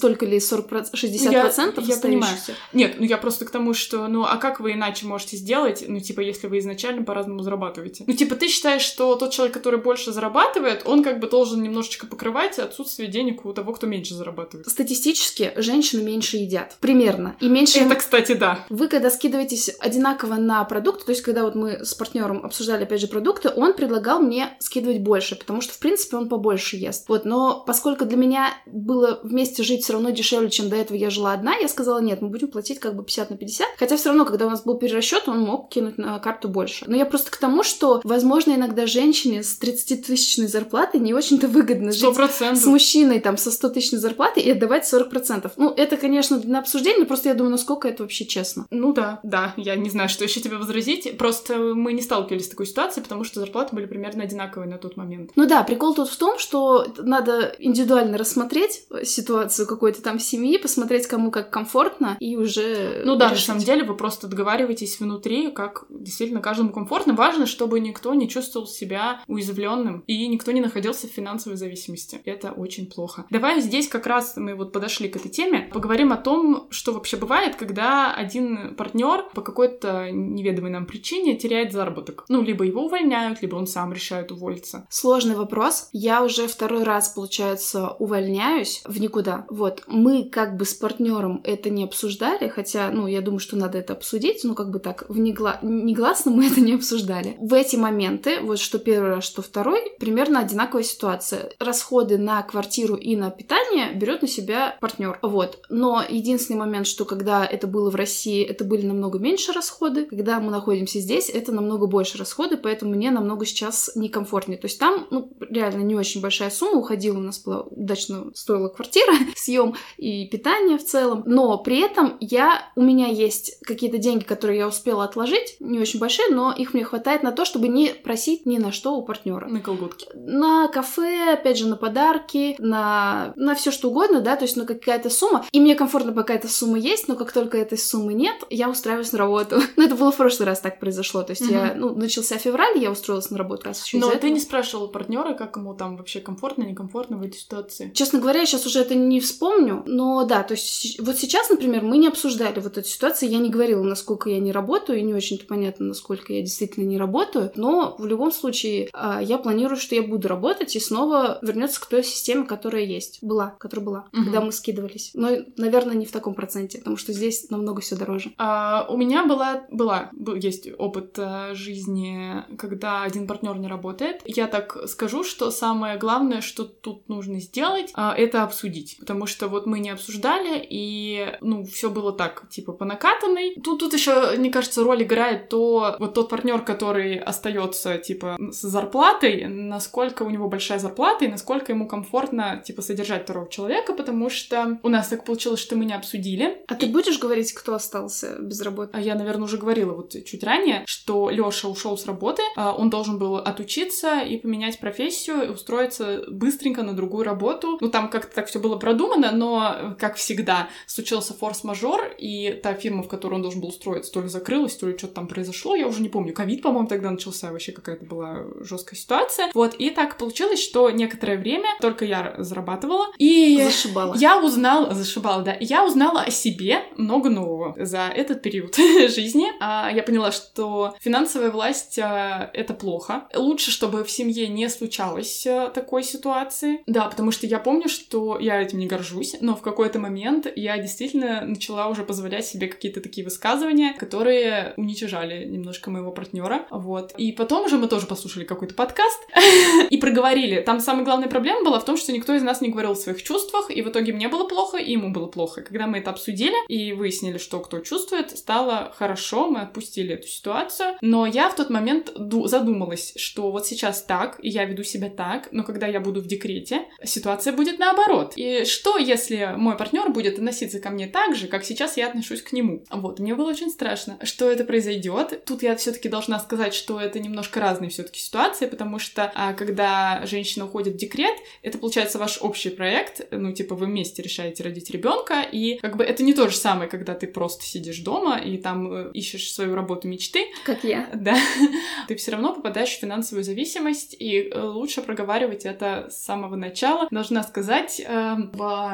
сорок шестьдесят процентов я, я понимаю. Нет, ну я просто к тому, что, ну, а как вы иначе можете сделать, ну, типа, если вы изначально по-разному зарабатываете? Ну, типа, ты считаешь, что тот человек, который больше зарабатывает, он как бы должен немножечко покрывать отсутствие денег у того, кто меньше зарабатывает? Статистически женщины меньше едят. Примерно. И меньше... Это, кстати, да. Вы, когда скидываетесь одинаково на продукты, то есть, когда вот мы с партнером обсуждали, опять же, продукты, он предлагал мне скидывать больше, потому что, в принципе, он побольше ест. Вот, но поскольку для меня было вместе жить все равно дешевле, чем до этого я жила одна, я сказала, нет, мы будем платить как бы пятьдесят на пятьдесят, хотя все равно, когда у нас был перерасчет, он мог кинуть на карту больше. Но я просто к тому, что, возможно, иногда женщине с тридцатитысячной зарплатой не очень-то выгодно жить сто процентов. С мужчиной там со сто тысяч зарплаты и отдавать сорок процентов. Ну, это, конечно, на обсуждение, но просто я думаю, насколько это вообще честно. Ну да, да, я не знаю, что еще тебе возразить. Просто мы не сталкивались с такой ситуацией, потому что зарплаты были примерно одинаковые на тот момент. Ну да, прикол тут в том, что надо индивидуально рассмотреть ситуацию какой-то там семьи, посмотреть, кому как комфортно, и уже Ну да, решить. На самом деле вы просто договариваетесь внутри, как действительно каждому комфортно. Важно, чтобы никто не чувствовал себя уязвленным и никто не находился в финансовой зависимости. Это очень плохо. Давай здесь как раз мы вот подошли к этой теме, поговорим о том, что вообще бывает, когда один партнер по какой-то неведомой нам причине теряет заработок. Ну, либо его увольняют, либо он сам решает уволиться. Сложный вопрос. Я уже второй раз, получается, увольняюсь в никуда. Вот. Мы как бы с партнером это не обсуждали, хотя, ну, я думаю, что надо это обсудить, ну, как бы так, внегла... негласно мы это не обсуждали. В эти моменты, вот что первый раз, что второй, примерно одинаковая ситуация. Расходы на квартиру и на питание берет на себя партнер. Вот. Но единственный момент, что когда это было в России, это были намного меньше расходы. Когда мы находимся здесь, это намного больше расходы, поэтому мне намного сейчас некомфортнее. То есть там, ну, реально не очень большая сумма уходила, у нас была удачно стоила квартира, съем и питание в целом. Но при этом я, у меня есть какие-то деньги, которые я успела отложить, не очень большие, но их мне хватает на то, чтобы не просить ни на что у партнера. На колготки. На кафе, опять же, на подарки, на, на все что угодно, да, то есть на какая-то сумма. И мне комфортно, пока эта сумма есть, но как только этой суммы нет, я устраиваюсь на работу. Ну, это было в прошлый раз так произошло. То есть mm-hmm. я, ну, начался февраль, я устроилась на работу раз еще. Но ты не спрашивала партнера, как ему там вообще комфортно, некомфортно в этой ситуации? Честно говоря, я сейчас уже это не вспомню, но да, то есть вот сейчас, например, мы не обсуждали вот эту ситуацию, я не говорила, насколько я не работаю, и не очень-то понятно, насколько я действительно не работаю, но в любом случае я планирую, что я буду работать и снова вернется к той системе, которая есть, была, которая была, угу. когда мы скидывались. Но, наверное, не в таком проценте, потому что здесь намного все дороже. А, у меня была, была, есть опыт а, жизни, когда один партнер не работает. Я так скажу, что самое главное, что тут нужно сделать, а, это обсудить, потому что вот мы не обсуждали, и, ну, все было так, типа, по накатанной. Тут, тут еще, мне кажется, роль играет то, вот тот партнер, который остается, типа, с зарплатой, насколько у него большая зарплата и насколько ему комфортно, типа, содержать второго человека, потому что у нас так получилось, что мы не обсудили. А и... ты будешь говорить, кто остался без работы? А я, наверное, уже говорила вот чуть ранее, что Лёша ушел с работы, он должен был отучиться и поменять профессию, и устроиться быстренько на другую работу. Ну, там как-то так все было продумано, но, как всегда, случился форс-мажор, и та фирма, в которую он должен был устроиться, то ли закрылась, то ли что-то там произошло, я уже не помню. Ковид, по-моему, тогда начался, вообще какая-то была жесткая ситуация. Вот, и так получилось, что некоторое время только я зарабатывала, и зашибала. Я узнала, зашибала, да, я узнала о себе много нового за этот период жизни. Я поняла, что финансовая власть — это плохо. Лучше, чтобы в семье не случалось такой ситуации. Да, потому что я помню, что я этим не горжусь, но в какой-то момент я действительно начала уже позволять себе какие-то такие высказывания, которые уничижали немножко моего партнера. Вот. И потом уже мы тоже послушали какой-то подкаст и проговорили. Там самая главная проблема была в том, что никто из нас не говорил о своих чувствах, и в итоге мне было плохо, и ему было плохо. Когда мы это обсудили и выяснили, что кто чувствует, стало хорошо, мы отпустили эту ситуацию. Но я в тот момент задумалась, что вот сейчас так, и я веду себя так, но когда я буду в декрете, ситуация будет наоборот. И что, если мой партнер будет относиться ко мне так же, как сейчас я отношусь к нему? Вот, мне было очень страшно, что это произойдет. Тут я все-таки должна сказать, что это немножко разные все-таки ситуации, потому что а, когда женщина уходит в декрет, это получается ваш общий проект, ну, типа, вы вместе решаете родить ребенка, и как бы это не то же самое, когда ты просто сидишь дома и там э, ищешь свою работу мечты. Как я. Да. Ты все равно попадаешь в финансовую зависимость, и э, лучше проговаривать это с самого начала. Должна сказать э, в похвалу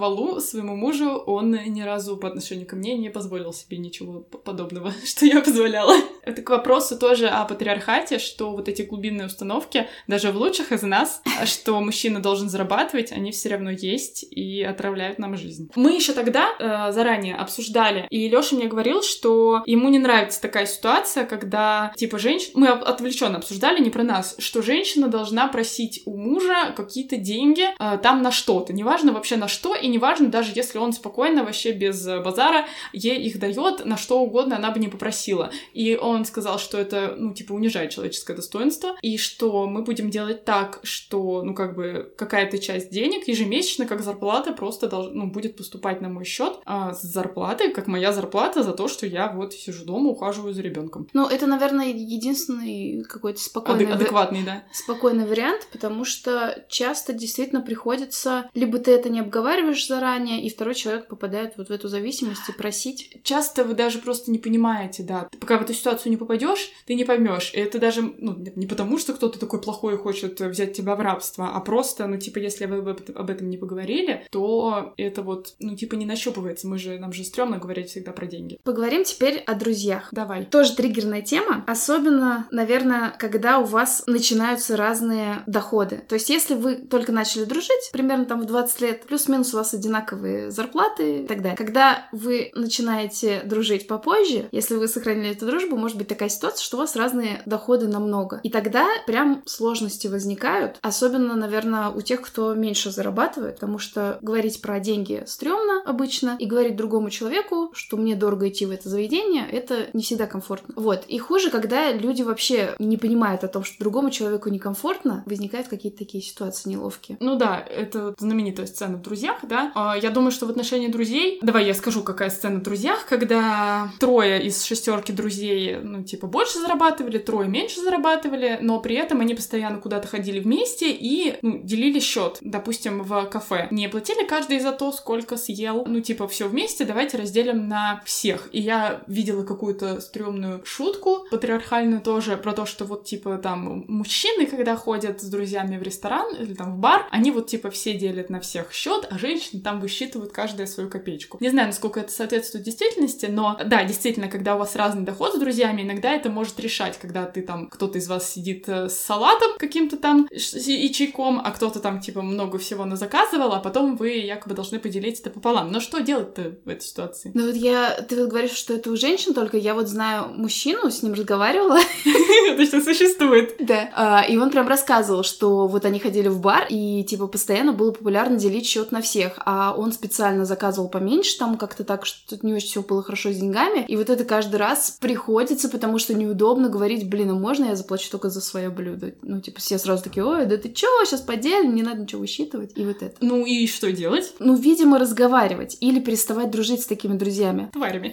похвалу своему мужу, он ни разу по отношению ко мне не позволил себе ничего подобного, что я позволяла. Это к вопросу тоже о патриархате, что вот эти глубинные установки, даже в лучших из нас, что мужчина должен зарабатывать, они все равно есть и отравляют нам жизнь. Мы еще тогда э, заранее обсуждали, и Лёша мне говорил, что ему не нравится такая ситуация, когда, типа, женщина... Мы отвлеченно обсуждали, не про нас, что женщина должна просить у мужа какие-то деньги э, там на что-то. Неважно вообще на что, и неважно даже если он спокойно, вообще без базара, ей их дает, на что угодно она бы не попросила. И он сказал, что это, ну, типа, унижает человеческое достоинство, и что мы будем делать так, что, ну, как бы, какая-то часть денег ежемесячно, как зарплата, просто долж... ну, будет поступать на мой счет а, с зарплаты, как моя зарплата за то, что я вот сижу дома, ухаживаю за ребенком. Ну, это, наверное, единственный какой-то спокойный... Адек- адекватный, да. Спокойный вариант, потому что часто действительно приходится... Либо ты это не обговариваешь заранее, и второй человек попадает вот в эту зависимость и просить. Часто вы даже просто не понимаете, да. Пока в эту ситуацию не попадешь, ты не поймешь. И это даже, ну, не потому, что кто-то такой плохой и хочет взять тебя в рабство, а просто, ну, типа, если вы об этом не поговорили, то это вот, ну, типа, не нащупывается. Мы же, нам же стрёмно говорить всегда про деньги. Поговорим теперь о друзьях. Давай. Тоже триггерная тема. Особенно, наверное, когда у вас начинаются разные доходы. То есть, если вы только начали дружить, примерно там в двадцать лет, плюс-минус у вас одинаковые зарплаты и так далее. Когда вы начинаете дружить попозже, если вы сохранили эту дружбу, может быть такая ситуация, что у вас разные доходы намного. И тогда прям сложности возникают. Особенно, наверное, у тех, кто меньше зарабатывает, потому что говорить про деньги стрёмно обычно, и говорить другому человеку, что мне дорого идти в это заведение, это не всегда комфортно. Вот. И хуже, когда люди вообще не понимают о том, что другому человеку некомфортно, возникают какие-то такие ситуации неловкие. Ну да, это знаменитая сцена в «Друзьях», да. Я думаю, что в отношении друзей... Давай я скажу, какая сцена в «Друзьях», когда трое из шестерки друзей, ну, типа, больше зарабатывали, трое меньше зарабатывали, но при этом они постоянно куда-то ходили вместе и, ну, делили счет, допустим, в кафе. Не платили каждый за то, сколько съел, ну, типа, все вместе, давайте разделим на всех. И я видела какую-то стрёмную шутку, патриархальную тоже, про то, что вот, типа, там, мужчины, когда ходят с друзьями в ресторан или там в бар, они вот, типа, все делят на всех счет, а женщины там высчитывают каждая свою копеечку. Не знаю, насколько это соответствует действительности, но, да, действительно, когда у вас разный доход с друзьями, иногда это может решать, когда ты там, кто-то из вас сидит с салатом каким-то там и чайком, а кто-то там, типа, много всего назаказывал, а потом вы якобы должны поделить это пополам. Но что делать-то в этой ситуации? Ну вот я... Ты вот говоришь, что это у женщин только. Я вот знаю мужчину, с ним разговаривала. Это что существует. Да. И он прям рассказывал, что вот они ходили в бар, и, типа, постоянно было популярно делить счет на всех, а он специально заказывал поменьше, там как-то так, что не очень все было хорошо с деньгами, и вот это каждый раз приходится, потому что неудобно говорить, блин, а можно я заплачу только за свое блюдо? Ну, типа, все сразу такие, ой, да ты чё, сейчас поделим, не надо ничего высчитывать, и вот это. Ну и что делать? Ну, видимо, разговаривать или переставать дружить с такими друзьями. Тварями.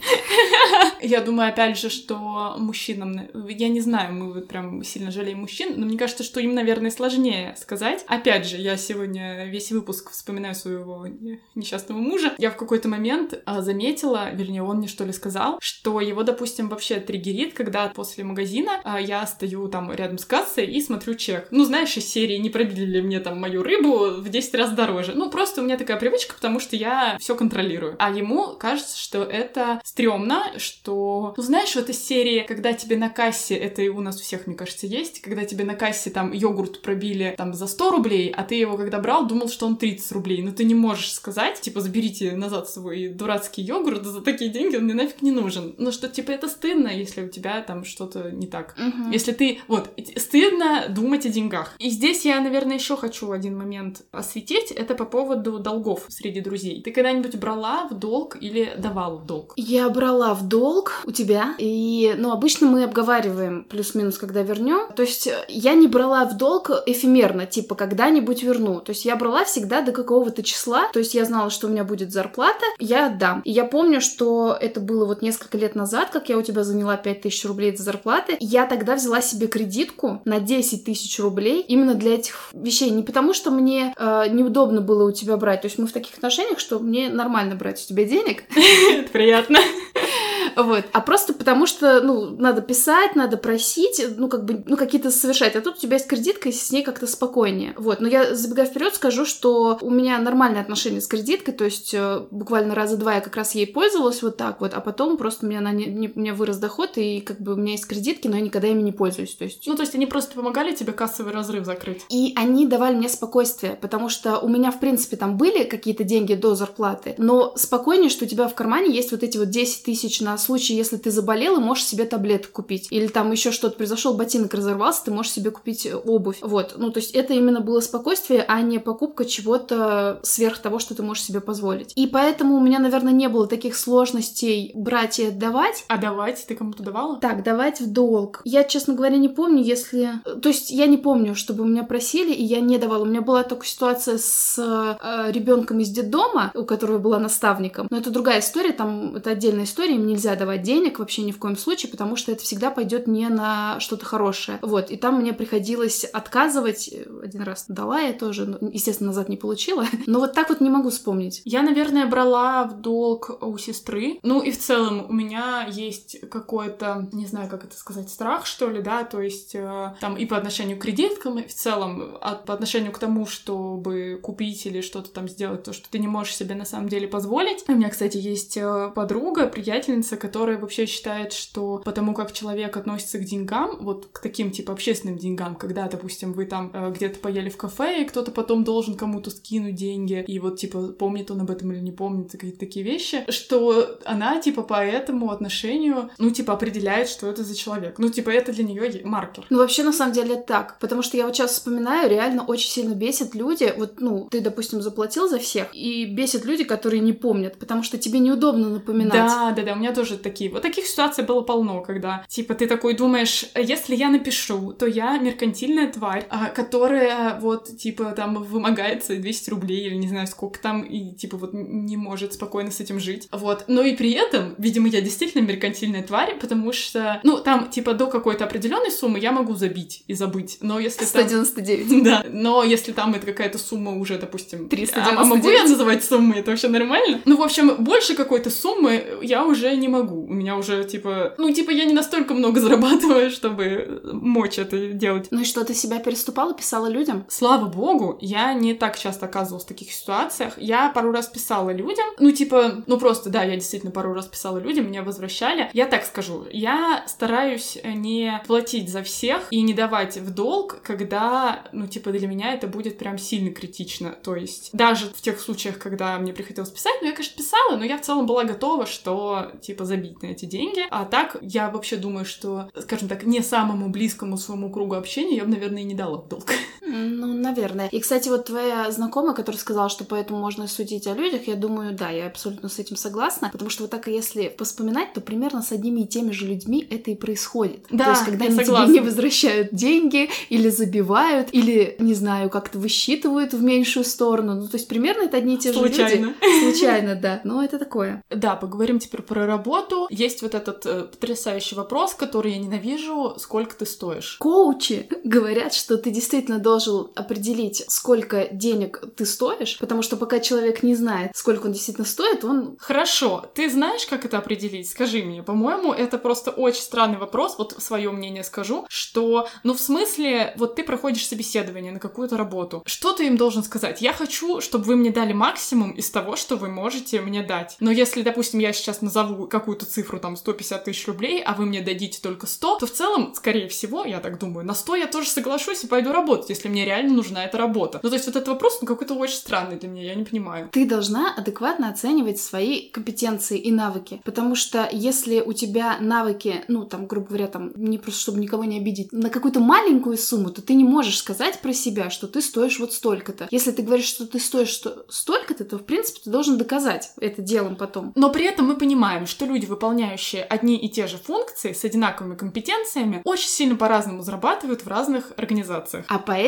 Я думаю, опять же, что мужчинам... Я не знаю, мы вот прям сильно жалеем мужчин, но мне кажется, что им, наверное, сложнее сказать. Опять же, я сегодня весь выпуск вспоминаю своего несчастного мужа. Я в какой-то момент а, заметила, вернее, он мне что ли сказал, что его, допустим, вообще триггерит, когда после магазина а, я стою там рядом с кассой и смотрю чек. Ну, знаешь, из серии «Не пробили ли мне там мою рыбу в десять раз дороже». Ну, просто у меня такая привычка, потому что я все контролирую. А ему кажется, что это стрёмно, что... Ну, знаешь, в этой серии, когда тебе на кассе, это и у нас у всех, мне кажется, есть, когда тебе на кассе там йогурт пробили там за сто рублей, а ты его, когда брал, думал, что он тридцать рублей. Но ты не можешь сказать, типа, заберите назад свой дурацкий йогурт, за такие деньги он мне нафиг не нужен. Ну, что, типа, это стыдно, если у тебя там что-то не так. Угу. Если ты... Вот, стыдно думать о деньгах. И здесь я, наверное, еще хочу один момент осветить. Это по поводу долгов среди друзей. Ты когда-нибудь брала в долг или давала в долг? Я брала в долг у тебя, и, ну, обычно мы обговариваем плюс-минус, когда вернем. То есть я не брала в долг эфемерно, типа, когда-нибудь верну. То есть я брала всегда до какого-то числа, то есть я знала, что у меня будет зарплата, я отдам. И я помню, что это было вот несколько лет назад, как я у тебя заняла пять тысяч рублей за зарплаты. Я тогда взяла себе кредитку на десять тысяч рублей именно для этих вещей. Не потому, что мне э, неудобно было у тебя брать. То есть мы в таких отношениях, что мне нормально брать у тебя денег. Это приятно. Вот. А просто потому что, ну, надо писать, надо просить, ну, как бы, ну, какие-то совершать. А тут у тебя есть кредитка, и с ней как-то спокойнее. Вот. Но я, забегая вперед, скажу, что у меня нормальные отношения с кредиткой, то есть э, буквально раза два я как раз ей пользовалась вот так вот, а потом просто у меня, она не, не, у меня вырос доход, и как бы у меня есть кредитки, но я никогда ими не пользуюсь. То есть... Ну, то есть они просто помогали тебе кассовый разрыв закрыть? И они давали мне спокойствие, потому что у меня, в принципе, там были какие-то деньги до зарплаты, но спокойнее, что у тебя в кармане есть вот эти вот десять тысяч на случай, если ты заболел и можешь себе таблетку купить. Или там еще что-то произошло, ботинок разорвался, ты можешь себе купить обувь. Вот. Ну, то есть это именно было спокойствие, а не покупка чего-то сверх того, что ты можешь себе позволить. И поэтому у меня, наверное, не было таких сложностей брать и отдавать. А давать? Ты кому-то давала? Так, давать в долг. Я, честно говоря, не помню, если... То есть я не помню, чтобы у меня просили, и я не давала. У меня была только ситуация с э, ребенком из детдома, у которого была наставником. Но это другая история, там это отдельная история, им нельзя давать денег вообще ни в коем случае, потому что это всегда пойдет не на что-то хорошее. Вот, и там мне приходилось отказывать. Один раз дала я тоже, ну, естественно, назад не получила. Но вот так вот не могу вспомнить. Я, наверное, брала в долг у сестры. Ну и в целом у меня есть какой-то, не знаю, как это сказать, страх, что ли, да, то есть э, там и по отношению к кредиткам, и в целом а по отношению к тому, чтобы купить или что-то там сделать, то, что ты не можешь себе на самом деле позволить. У меня, кстати, есть подруга, приятельница, которая вообще считает, что потому как человек относится к деньгам, вот к таким типа общественным деньгам, когда, допустим, вы там э, где-то поели в кафе, и кто-то потом должен кому-то скинуть деньги, и вот типа помнит он об этом или не помнит, какие-то такие вещи, что она типа по этому отношению, ну типа определяет, что это за человек. Ну типа это для нее маркер. Ну вообще на самом деле это так, потому что я вот сейчас вспоминаю, реально очень сильно бесит люди, вот ну ты, допустим, заплатил за всех, и бесит люди, которые не помнят, потому что тебе неудобно напоминать. Да, да, да, у меня тоже такие. Вот таких ситуаций было полно, когда типа ты такой думаешь, если я напишу, то я меркантильная тварь, которая вот типа там вымогает свои двести рублей или не знаю сколько там, и типа вот не может спокойно с этим жить. Вот. Но и при этом, видимо, я действительно меркантильная тварь, потому что, ну, там типа до какой-то определенной суммы я могу забить и забыть. Но если сто девяносто девять. Там... Да. Но если там это какая-то сумма уже, допустим... триста девяносто девять. А могу я называть суммы? Это вообще нормально? Ну, в общем, больше какой-то суммы я уже не могу. У меня уже, типа... Ну, типа, я не настолько много зарабатываю, чтобы мочь это делать. Ну и что, ты себя переступала, писала людям? Слава богу, я не так часто оказывалась в таких ситуациях. Я пару раз писала людям. Ну, типа, ну просто, да, я действительно пару раз писала людям, меня возвращали. Я так скажу, я стараюсь не платить за всех и не давать в долг, когда, ну, типа, для меня это будет прям сильно критично. То есть, даже в тех случаях, когда мне приходилось писать, ну, я, конечно, писала, но я в целом была готова, что, типа, забить на эти деньги. А так, я вообще думаю, что, скажем так, не самому близкому своему кругу общения я бы, наверное, и не дала в долг. Ну, наверное. И, кстати, вот твоя знакомая, которая сказала, что поэтому можно судить о людях, я думаю, да, я абсолютно с этим согласна, потому что вот так, если вспоминать, то примерно с одними и теми же людьми это и происходит. Да, то есть, когда они согласна. тебе не возвращают деньги, или забивают, или, не знаю, как-то высчитывают в меньшую сторону. Ну, то есть, примерно это одни и те же Случайно. люди. Случайно, да. Но это такое. Да, поговорим теперь про работу. Есть вот этот э, потрясающий вопрос, который я ненавижу. Сколько ты стоишь? Коучи говорят, что ты действительно должен определить, сколько денег ты стоишь, потому что пока человек не знает, сколько он действительно стоит, он... Хорошо. Ты знаешь, как это определить? Скажи мне. По-моему, это просто очень странный вопрос. Вот свое мнение скажу, что, ну, в смысле, вот ты проходишь собеседование на какую-то работу. Что ты им должен сказать? Я хочу, чтобы вы мне дали максимум из того, что вы можете мне дать. Но если, допустим, я сейчас назову какую-то цифру, там, сто пятьдесят тысяч рублей, а вы мне дадите только сто, то в целом, скорее всего, я так думаю, на сто я тоже соглашусь и пойду работать, если мне реально нужна эта работа. Ну, то есть вот этот вопрос, ну, какой-то очень странный для меня, я не понимаю. Ты должна адекватно оценивать свои компетенции и навыки, потому что если у тебя навыки, ну, там, грубо говоря, там, не просто чтобы никого не обидеть, на какую-то маленькую сумму, то ты не можешь сказать про себя, что ты стоишь вот столько-то. Если ты говоришь, что ты стоишь что- столько-то, то, в принципе, ты должен доказать это делом потом. Но при этом мы понимаем, что люди, выполняющие одни и те же функции с одинаковыми компетенциями, очень сильно по-разному зарабатывают в разных организациях. А поэтому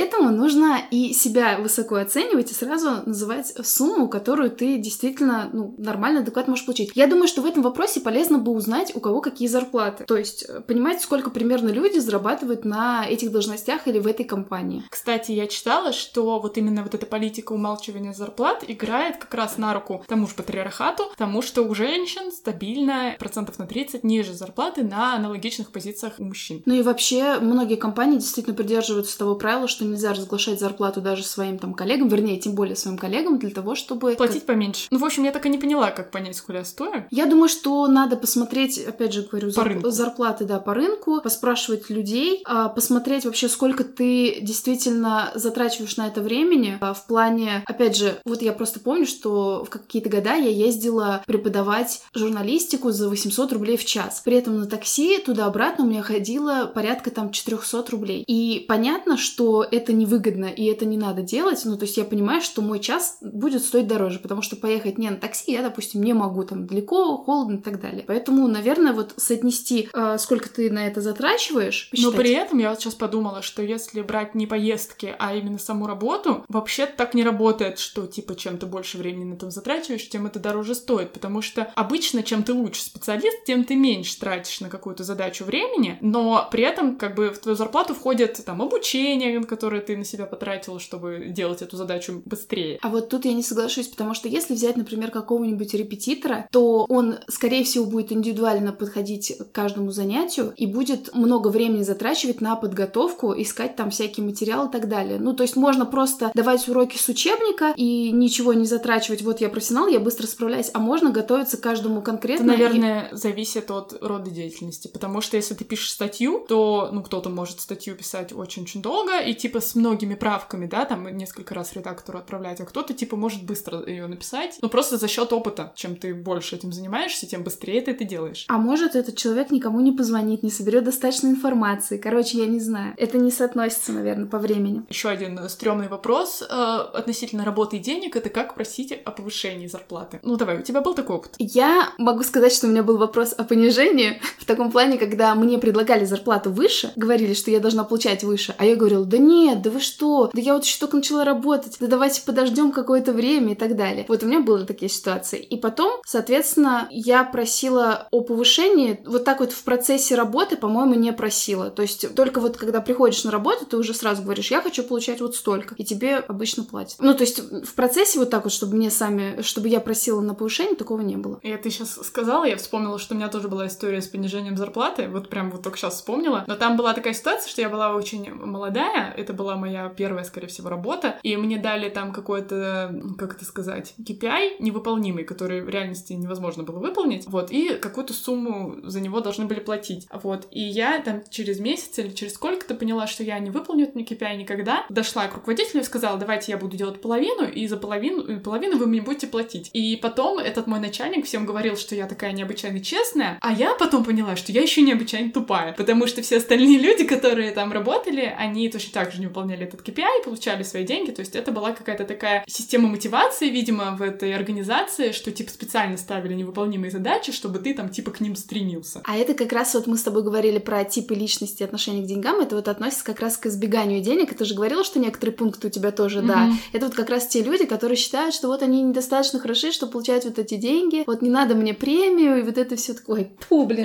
Поэтому нужно и себя высоко оценивать и сразу называть сумму, которую ты действительно, ну, нормально, адекватно можешь получить. Я думаю, что в этом вопросе полезно бы узнать, у кого какие зарплаты. То есть понимать, сколько примерно люди зарабатывают на этих должностях или в этой компании. Кстати, я читала, что вот именно вот эта политика умалчивания зарплат играет как раз на руку тому же патриархату, тому, что у женщин стабильно процентов на тридцать ниже зарплаты на аналогичных позициях у мужчин. Ну и вообще, многие компании действительно придерживаются того правила, что нельзя разглашать зарплату даже своим там коллегам, вернее, тем более своим коллегам, для того, чтобы... Платить поменьше. Ну, в общем, я так и не поняла, как понять, сколько я стою. Я думаю, что надо посмотреть, опять же говорю, по зарп... рынку. зарплаты, да, по рынку, поспрашивать людей, посмотреть вообще, сколько ты действительно затрачиваешь на это времени, в плане, опять же, вот я просто помню, что в какие-то года я ездила преподавать журналистику за восемьсот рублей в час. При этом на такси туда-обратно у меня ходило порядка там четыреста рублей. И понятно, что это невыгодно и это не надо делать, ну, то есть я понимаю, что мой час будет стоить дороже, потому что поехать не на такси я, допустим, не могу, там, далеко, холодно и так далее. Поэтому, наверное, вот соотнести, э, сколько ты на это затрачиваешь, посчитать. Но при этом я вот сейчас подумала, что если брать не поездки, а именно саму работу, вообще так не работает, что, типа, чем ты больше времени на этом затрачиваешь, тем это дороже стоит, потому что обычно, чем ты лучше специалист, тем ты меньше тратишь на какую-то задачу времени, но при этом, как бы, в твою зарплату входит, там, обучение, которое ты на себя потратила, чтобы делать эту задачу быстрее. А вот тут я не соглашусь, потому что если взять, например, какого-нибудь репетитора, то он, скорее всего, будет индивидуально подходить к каждому занятию и будет много времени затрачивать на подготовку, искать там всякие материалы и так далее. Ну, то есть можно просто давать уроки с учебника и ничего не затрачивать. Вот я профессионал, я быстро справляюсь, а можно готовиться к каждому конкретно. Это, наверное, и... зависит от рода деятельности, потому что если ты пишешь статью, то, ну, кто-то может статью писать очень-очень долго и, типа, с многими правками, да, там несколько раз редактору отправлять, а кто-то, типа, может быстро ее написать, но просто за счет опыта. Чем ты больше этим занимаешься, тем быстрее ты это делаешь. А может, этот человек никому не позвонит, не соберет достаточно информации. Короче, я не знаю. Это не соотносится, наверное, по времени. Еще один стрёмный вопрос э, относительно работы и денег — это как просить о повышении зарплаты. Ну, давай, у тебя был такой опыт? Я могу сказать, что у меня был вопрос о понижении в таком плане, когда мне предлагали зарплату выше, говорили, что я должна получать выше, а я говорила: да нет, да вы что, да я вот еще только начала работать, да давайте подождем какое-то время и так далее. Вот у меня были такие ситуации. И потом, соответственно, я просила о повышении, вот так вот в процессе работы, по-моему, не просила. То есть только вот когда приходишь на работу, ты уже сразу говоришь: я хочу получать вот столько, и тебе обычно платят. Ну, то есть в процессе вот так вот, чтобы мне сами, чтобы я просила на повышение, такого не было. И ты сейчас сказала, я вспомнила, что у меня тоже была история с понижением зарплаты, вот прям вот только сейчас вспомнила. Но там была такая ситуация, что я была очень молодая, это была моя первая, скорее всего, работа, и мне дали там какой-то, как это сказать, кей пи ай невыполнимый, который в реальности невозможно было выполнить, вот, и какую-то сумму за него должны были платить, вот, и я там через месяц или через сколько-то поняла, что я не выполню этот кей пи ай никогда, дошла к руководителю и сказала: давайте я буду делать половину, и за половину, половину вы мне будете платить. И потом этот мой начальник всем говорил, что я такая необычайно честная, а я потом поняла, что я еще необычайно тупая, потому что все остальные люди, которые там работали, они точно так же не выполняли этот кей пи ай, получали свои деньги, то есть это была какая-то такая система мотивации, видимо, в этой организации, что типа специально ставили невыполнимые задачи, чтобы ты там типа к ним стремился. А это как раз вот мы с тобой говорили про типы личности, отношения к деньгам, это вот относится как раз к избеганию денег, и ты же говорила, что некоторые пункты у тебя тоже, mm-hmm. да. Это вот как раз те люди, которые считают, что вот они недостаточно хороши, чтобы получать вот эти деньги, вот не надо мне премию, и вот это все такое, фу, блин,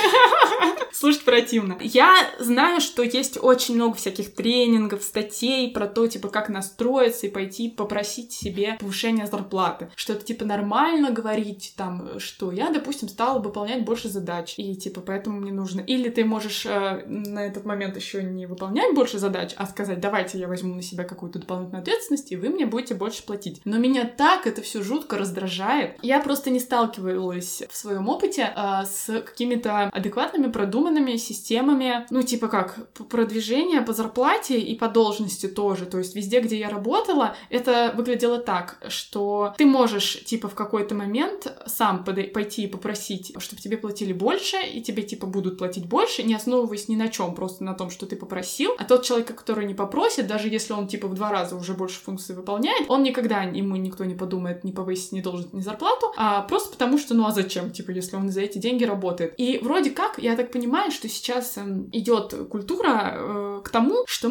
слушать противно. Я знаю, что есть очень много всяких тренингов, статей про то, типа, как настроиться и пойти попросить себе повышения зарплаты. Что это, типа, нормально говорить, там, что я, допустим, стала выполнять больше задач, и, типа, поэтому мне нужно. Или ты можешь э, на этот момент еще не выполнять больше задач, а сказать: давайте я возьму на себя какую-то дополнительную ответственность, и вы мне будете больше платить. Но меня так это все жутко раздражает. Я просто не сталкивалась в своем опыте э, с какими-то адекватными, продуманными системами, ну, типа как, продвижение по зарплате и по должности тоже. То есть везде, где я работала, это выглядело так, что ты можешь, типа, в какой-то момент сам подой- пойти и попросить, чтобы тебе платили больше, и тебе, типа, будут платить больше, не основываясь ни на чем, просто на том, что ты попросил. А тот человек, который не попросит, даже если он, типа, в два раза уже больше функций выполняет, он никогда, ему никто не подумает ни повысить, ни должность, ни зарплату, а просто потому что, ну, а зачем, типа, если он за эти деньги работает. И вроде как, я так понимаю, что сейчас э, идет культура э, к тому, что мы, типа, все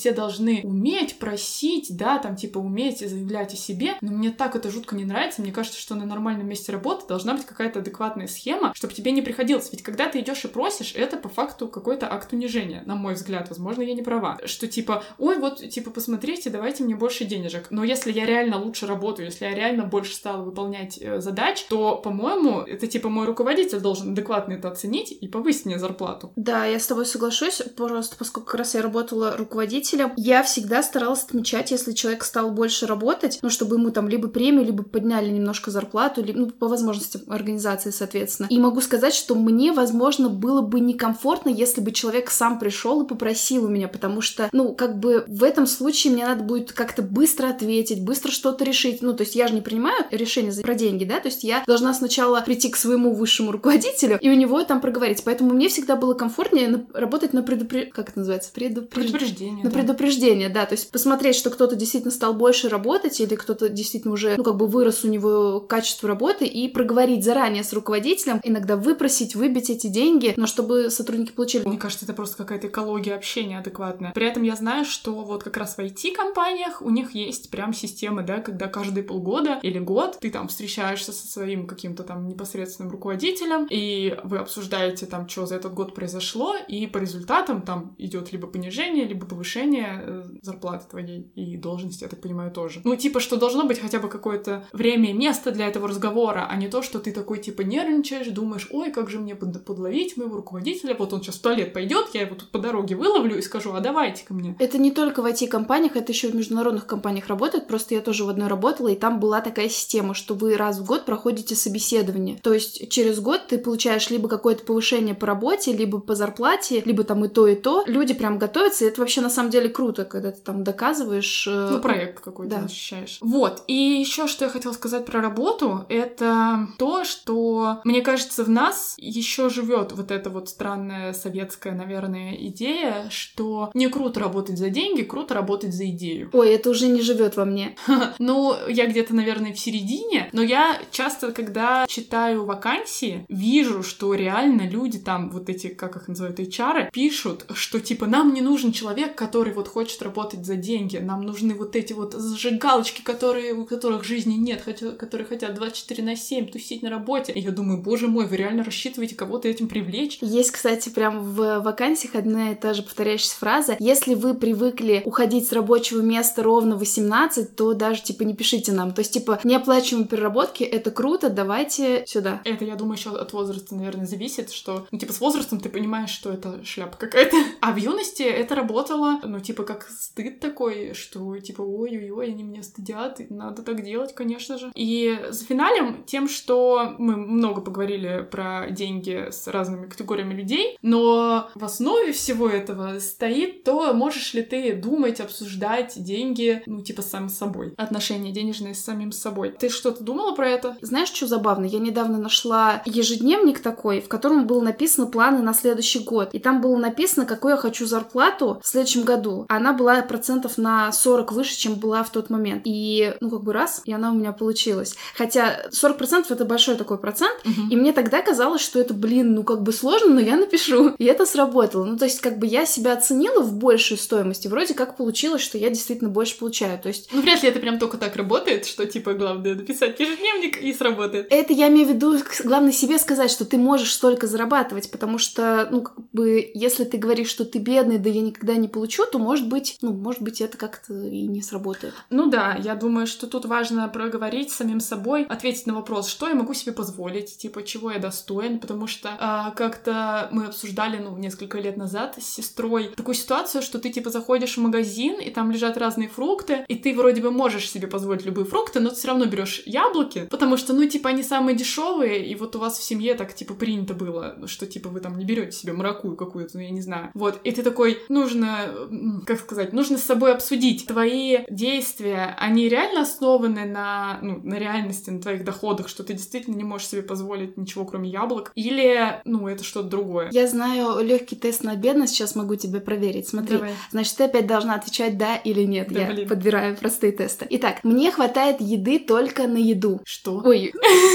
все должны уметь просить, да, там, типа, уметь заявлять о себе, но мне так это жутко не нравится. Мне кажется, что на нормальном месте работы должна быть какая-то адекватная схема, чтобы тебе не приходилось. Ведь когда ты идешь и просишь, это по факту какой-то акт унижения, на мой взгляд. Возможно, я не права. Что типа, ой, вот, типа, посмотрите, давайте мне больше денежек. Но если я реально лучше работаю, если я реально больше стала выполнять э, задач, то, по-моему, это, типа, мой руководитель должен адекватно это оценить и повысить мне зарплату. Да, я с тобой соглашусь, просто поскольку как раз я работала руководителем, я всегда старалась отмечать, если человек стал больше работать, ну, чтобы ему там либо премию, либо подняли немножко зарплату, либо, ну, по возможности организации, соответственно. И могу сказать, что мне, возможно, было бы некомфортно, если бы человек сам пришел и попросил у меня, потому что, ну, как бы в этом случае мне надо будет как-то быстро ответить, быстро что-то решить. Ну, то есть я же не принимаю решение про деньги, да, то есть я должна сначала прийти к своему высшему руководителю и у него там проговорить. Поэтому мне всегда было комфортнее работать на предупреждение, как это называется? Предупреж... Предупреждение. На да. предупреждение, да, то есть посмотреть, что кто-то действительно стал больше работать или кто-то действительно уже, ну, как бы вырос у него качество работы и проговорить заранее с руководителем, иногда выпросить, выбить эти деньги, но чтобы сотрудники получили. Мне кажется, это просто какая-то экология общения адекватная. При этом я знаю, что вот как раз в ай ти-компаниях у них есть прям система, да, когда каждые полгода или год ты там встречаешься со своим каким-то там непосредственным руководителем, и вы обсуждаете там, что за этот год произошло, и по результатам там идет либо понижение, либо повышение э, зарплаты твоей и должности, я так понимаю, тоже. Ну, типа, что должно быть хотя бы какое-то время и место для этого разговора, а не то, что ты такой, типа, нервничаешь, думаешь, ой, как же мне под- подловить моего руководителя, вот он сейчас в туалет пойдет, я его тут по дороге выловлю и скажу, а давайте ко мне. Это не только в ай ти-компаниях, это еще в международных компаниях работает, просто я тоже в одной работала, и там была такая система, что вы раз в год проходите собеседование. То есть через год ты получаешь либо какое-то повышение по работе, либо по зарплате, либо там и то, и то. Люди прям готовятся, и это вообще на самом деле круто, когда ты там доказываешь... Ну, проект какой-то да. защищаешь. Вот. И еще что я хотела сказать про работу, это то, что, мне кажется, в нас еще живет вот эта вот странная советская, наверное, идея, что не круто работать за деньги, круто работать за идею. Ой, это уже не живет во мне. Ну, я где-то, наверное, в середине, но я часто, когда читаю вакансии, вижу, что реально люди там, вот эти, как их называют, эйч ар, пишут, что типа нам не нужен человек, который вот хочет работать за деньги, нам нужны вот эти вот зажигалочки, которые, у которых жизни нет, хотя, которые хотят двадцать четыре на семь тусить на работе. И я думаю, боже мой, вы реально рассчитываете кого-то этим привлечь? Есть, кстати, прям в вакансиях одна и та же повторяющаяся фраза. Если вы привыкли уходить с рабочего места ровно в восемнадцать, то даже, типа, не пишите нам. То есть, типа, неоплачиваемые переработки — это круто, давайте сюда. Это, я думаю, еще от возраста, наверное, зависит, что, ну, типа, с возрастом ты понимаешь, что это шляпа какая-то. А в юности это работало, ну, типа, как стыд такой, что, типа, ой-ой-ой, они меня стыдят, и надо так делать, конечно же. И за финалем тем, что мы много поговорили про деньги с разными категориями людей, но в основе всего этого стоит то, можешь ли ты думать, обсуждать деньги, ну, типа, сам с собой. Отношения денежные с самим собой. Ты что-то думала про это? Знаешь, что забавно? Я недавно нашла ежедневник такой, в котором было написано планы на следующий год. И там было написано, какую я хочу зарплату в следующем году. Она была процентов на сорок выше, чем была в тот момент. И, ну, как бы раз, и она у меня получилась. Хотя сорок процентов это большой такой процент. Uh-huh. И мне тогда казалось, что это, блин, ну, как бы сложно, но я напишу. И это сработало. Ну, то есть, как бы я себя оценила в большей стоимости. Вроде как получилось, что я действительно больше получаю. То есть... Ну, вряд ли это прям только так работает, что, типа, главное написать ежедневник и сработает. Это я имею в виду, главное себе сказать, что ты можешь столько зарабатывать, потому что, ну, как бы, если ты говоришь, что ты бедный, да я никогда не получу, то, может быть, ну, может быть, это как-то и не сработает. Ну да, я думаю, что тут важно проговорить с самим собой, ответить на вопрос, что я могу себе позволить, типа, чего я достоин, потому что а, как-то мы обсуждали, ну, несколько лет назад с сестрой такую ситуацию, что ты, типа, заходишь в магазин, и там лежат разные фрукты, и ты вроде бы можешь себе позволить любые фрукты, но ты все равно берешь яблоки, потому что, ну, типа, они самые дешевые, и вот у вас в семье так, типа, принято было, что, типа, вы там не берете себе маракую какую-то, ну, я не знаю. Вот, и ты такой, нужно, как сказать, нужно с собой обсудить твои действия, они реально основаны на, ну, на реальности, на твоих доходах, что ты действительно не можешь себе позволить ничего, кроме яблок, или, ну, это что-то другое. Я знаю легкий тест на бедность, сейчас могу тебе проверить. Смотри, Давай. Значит, ты опять должна отвечать да или нет. Да, Я блин. подбираю простые тесты. Итак, мне хватает еды только на еду. Что? Ой,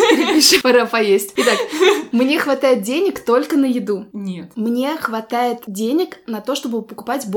пора поесть. Итак, мне хватает денег только на еду. Нет. Мне хватает денег на то, чтобы покупать более дорогие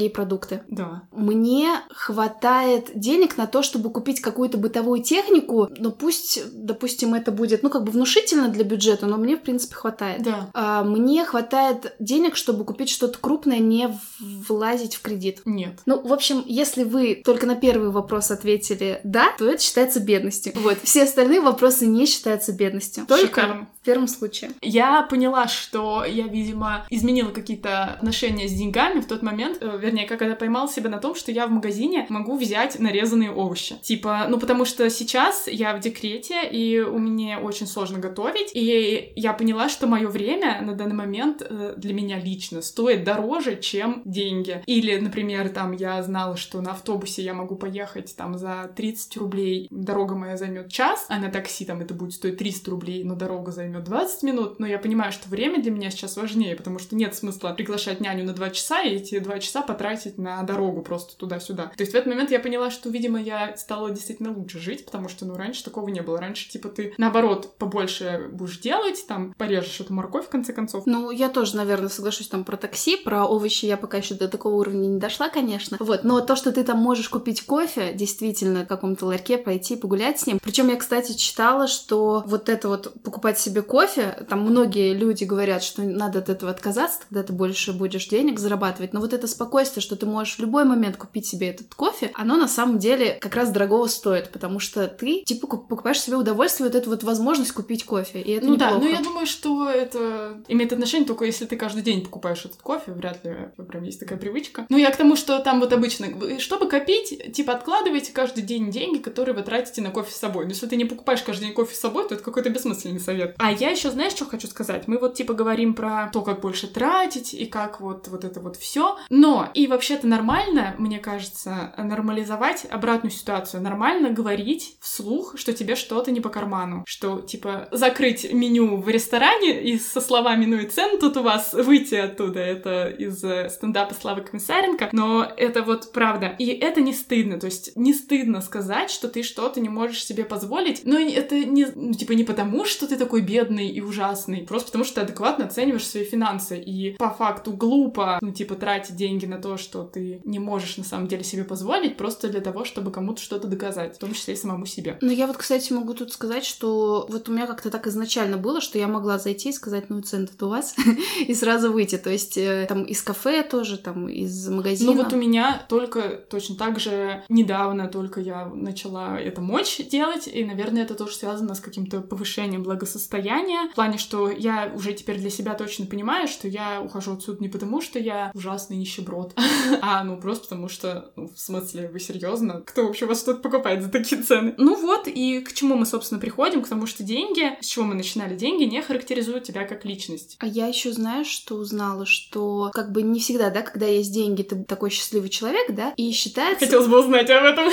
дорогие продукты. Да. Мне хватает денег на то, чтобы купить какую-то бытовую технику, но пусть, допустим, это будет, ну, как бы внушительно для бюджета, но мне, в принципе, хватает. Да. А, мне хватает денег, чтобы купить что-то крупное, не влазить в кредит. Нет. Ну, в общем, если вы только на первый вопрос ответили «да», то это считается бедностью. Вот. Все остальные вопросы не считаются бедностью. Только Шикарно. в первом случае. Я поняла, что я, видимо, изменила какие-то отношения с деньгами в тот момент, э, вернее, как я поймала себя на том, что я в магазине могу взять нарезанные овощи. Типа, ну, потому что сейчас я в декрете, и у меня очень сложно готовить, и я поняла, что мое время на данный момент э, для меня лично стоит дороже, чем деньги. Или, например, там, я знала, что на автобусе я могу поехать там за тридцать рублей, дорога моя займет час, а на такси там это будет стоить триста рублей, но дорога займет двадцать минут, но я понимаю, что время для меня сейчас важнее, потому что нет смысла приглашать няню на два часа и эти два часа потратить на дорогу просто туда-сюда. То есть в этот момент я поняла, что, видимо, я стала действительно лучше жить, потому что, ну, раньше такого не было. Раньше, типа, ты, наоборот, побольше будешь делать, там, порежешь эту морковь, в конце концов. Ну, я тоже, наверное, соглашусь там про такси, про овощи я пока еще до такого уровня не дошла, конечно. Вот, но то, что ты там можешь купить кофе, действительно, в каком-то ларьке пойти погулять с ним. Причем я, кстати, читала, что вот это вот покупать себе кофе, там многие люди говорят, что надо от этого отказаться, тогда ты больше будешь денег зарабатывать. Но вот это спокойствие, что ты можешь в любой момент купить себе этот кофе, оно на самом деле как раз дорогого стоит, потому что ты, типа, покупаешь себе удовольствие, вот эту вот возможность купить кофе, и это ну неплохо. да, но я думаю, что это имеет отношение только если ты каждый день покупаешь этот кофе, вряд ли прям есть такая привычка. Ну я к тому, что там вот обычно, чтобы копить, типа, откладывайте каждый день деньги, которые вы тратите на кофе с собой. Но если ты не покупаешь каждый день кофе с собой, то это какой-то бессмысленный совет. А я еще, знаешь, что хочу сказать? Мы вот, типа, говорим про то, как больше тратить, и как вот, вот это вот все. Но, и вообще-то нормально, мне кажется, нормализовать обратную ситуацию. Нормально говорить вслух, что тебе что-то не по карману. Что, типа, закрыть меню в ресторане и со словами «ну и цены тут у вас», выйти оттуда. Это из стендапа Славы Комиссаренко. Но это вот правда. И это не стыдно. То есть не стыдно сказать, что ты что-то не можешь себе позволить. Но это не, ну, типа, не потому, что ты такой бедный и ужасный. Просто потому, что ты адекватно оцениваешь свои финансы. И по факту глупо, ну, типа, тратить деньги на то, что ты не можешь на самом деле себе позволить, просто для того, чтобы кому-то что-то доказать. В том числе и самому себе. Ну, я вот, кстати, могу тут сказать, что вот у меня как-то так изначально было, что я могла зайти и сказать, ну, цены тут у вас, и сразу выйти. То есть там из кафе тоже, там из магазина. Ну, вот у меня только точно так же недавно только я начала это мочь делать, и, наверное, это тоже связано с каким-то повышением благосостояния. В плане, что я уже теперь для себя точно понимаю, что я ухожу отсюда не потому, что я ужасный нищеброд, а, ну, просто потому что, ну, в смысле, вы серьезно? Кто вообще вас что-то покупает за такие цены? Ну вот, и к чему мы, собственно, приходим? К тому, что деньги, с чего мы начинали, деньги не характеризуют тебя как личность. А я еще, знаешь, что узнала, что как бы не всегда, да, когда есть деньги, ты такой счастливый человек, да, и считается... Хотелось бы узнать об этом.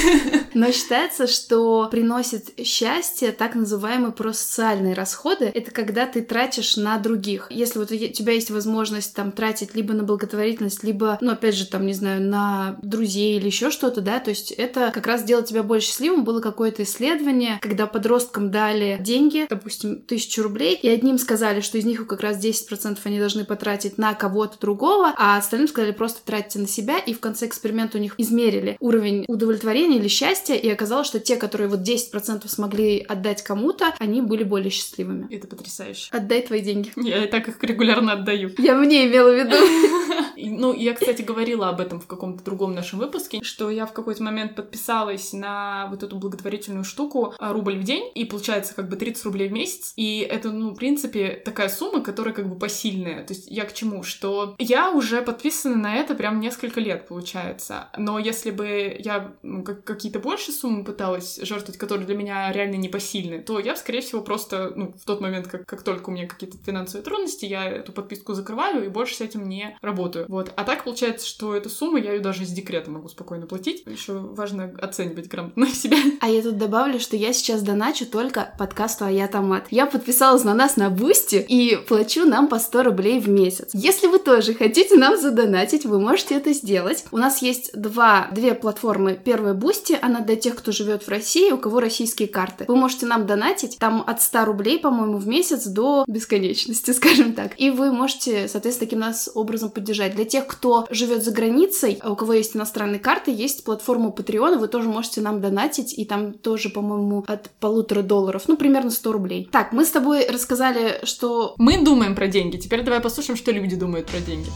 Но считается, что приносит счастье так называемые просоциальные расходы. Это когда ты тратишь на других. Если вот у тебя есть возможность там тратить либо на благотворительность, либо, ну, опять же, там, не знаю, на друзей или еще что-то, да, то есть это как раз делает тебя более счастливым. Было какое-то исследование, когда подросткам дали деньги, допустим, тысячу рублей, и одним сказали, что из них как раз десять процентов они должны потратить на кого-то другого, а остальным сказали просто тратьте на себя, и в конце эксперимента у них измерили уровень удовлетворения или счастья, и оказалось, что те, которые вот десять процентов смогли отдать кому-то, они были более счастливыми. Это потрясающе. Отдай твои деньги. Я и так их регулярно отдаю. Я мне имела в виду. Ну, я, кстати, говорила об этом в каком-то другом нашем выпуске, что я в какой-то момент подписалась на вот эту благотворительную штуку рубль в день, и получается как бы тридцать рублей в месяц, и это, ну, в принципе, такая сумма, которая как бы посильная. То есть я к чему? Что я уже подписана на это прям несколько лет, получается. Но если бы я, ну, как, какие-то больше суммы пыталась жертвовать, которые для меня реально непосильны, то я, скорее всего, просто, ну, в тот момент, как, как только у меня какие-то финансовые трудности, я эту подписку закрываю и больше с этим не работаю. Вот. А так получается, что эту сумму я ее даже из декрета могу спокойно платить. Еще важно оценивать грамотно себя. А я тут добавлю, что я сейчас доначу только подкасту «А я Томат». Я подписалась на нас на Бусти и плачу нам по сто рублей в месяц. Если вы тоже хотите нам задонатить, вы можете это сделать. У нас есть два, две платформы. Первая Бусти, она для тех, кто живет в России, у кого российские карты. Вы можете нам донатить, там от ста рублей рублей, по-моему, в месяц до бесконечности, скажем так. И вы можете, соответственно, таким нас образом поддержать. Для тех, кто живет за границей, а у кого есть иностранные карты, есть платформа Patreon, вы тоже можете нам донатить, и там тоже, по-моему, от полутора долларов, ну, примерно сто рублей. Так, мы с тобой рассказали, что... Мы думаем про деньги, теперь давай послушаем, что люди думают про деньги.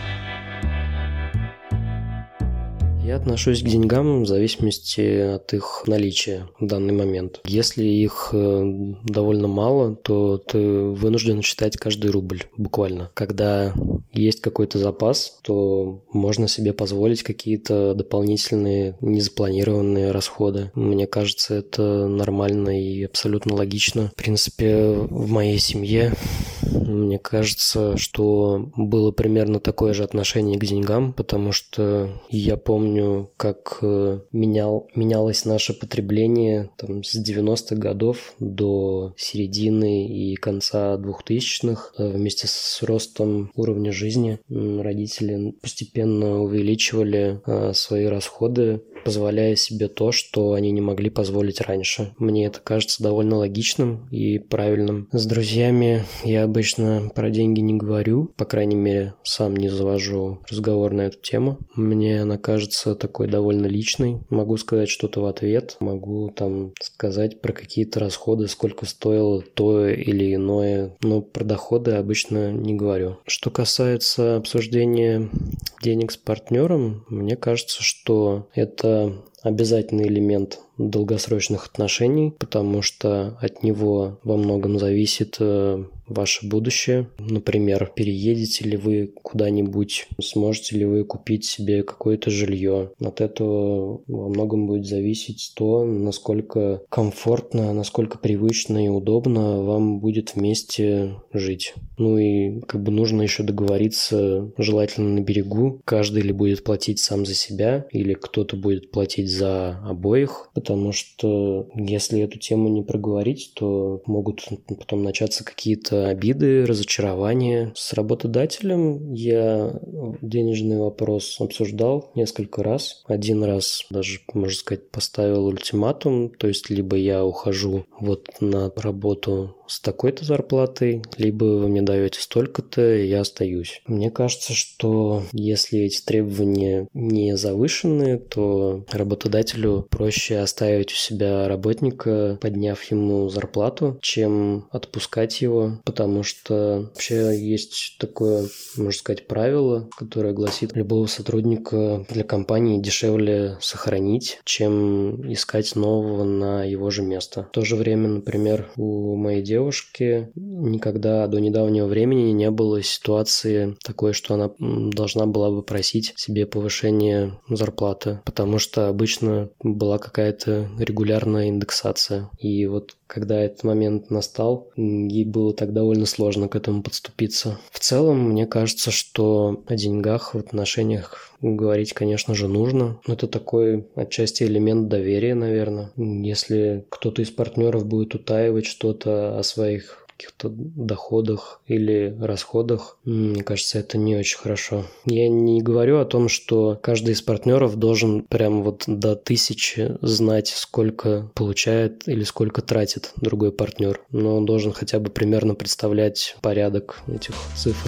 Я отношусь к деньгам в зависимости от их наличия в данный момент. Если их довольно мало, то ты вынужден считать каждый рубль, буквально. Когда есть какой-то запас, то можно себе позволить какие-то дополнительные незапланированные расходы. Мне кажется, это нормально и абсолютно логично. В принципе, в моей семье, мне кажется, что было примерно такое же отношение к деньгам, потому что я помню, как менял, менялось наше потребление там, с девяностых годов до середины и конца двухтысячных. Вместе с ростом уровня жизни родители постепенно увеличивали свои расходы, позволяя себе то, что они не могли позволить раньше. Мне это кажется довольно логичным и правильным. С друзьями я обычно про деньги не говорю, по крайней мере, сам не завожу разговор на эту тему. Мне она кажется такой довольно личной. Могу сказать что-то в ответ, могу там сказать про какие-то расходы, сколько стоило то или иное, но про доходы обычно не говорю. Что касается обсуждения денег с партнером, мне кажется, что это обязательный элемент долгосрочных отношений, потому что от него во многом зависит ваше будущее. Например, переедете ли вы куда-нибудь, сможете ли вы купить себе какое-то жилье. От этого во многом будет зависеть то, насколько комфортно, насколько привычно и удобно вам будет вместе жить. Ну и как бы нужно еще договориться, желательно на берегу, каждый ли будет платить сам за себя, или кто-то будет платить за обоих, потому что если эту тему не проговорить, то могут потом начаться какие-то обиды, разочарования. С работодателем я денежный вопрос обсуждал несколько раз. Один раз даже, можно сказать, поставил ультиматум, то есть либо я ухожу вот на работу с такой-то зарплатой, либо вы мне даете столько-то, и я остаюсь. Мне кажется, что если эти требования не завышены, то работодателю проще оставить у себя работника, подняв ему зарплату, чем отпускать его, потому что вообще есть такое, можно сказать, правило, которое гласит, любого сотрудника для компании дешевле сохранить, чем искать нового на его же место. В то же время, например, у моей девушки девушки никогда до недавнего времени не было ситуации такой, что она должна была бы просить себе повышение зарплаты, потому что обычно была какая-то регулярная индексация. И вот когда этот момент настал, ей было так довольно сложно к этому подступиться. В целом, мне кажется, что о деньгах в отношениях говорить, конечно же, нужно. Это такой отчасти элемент доверия, наверное. Если кто-то из партнеров будет утаивать что-то о своих каких-то доходах или расходах, мне кажется, это не очень хорошо. Я не говорю о том, что каждый из партнеров должен прям вот до тысячи знать, сколько получает или сколько тратит другой партнер, но он должен хотя бы примерно представлять порядок этих цифр.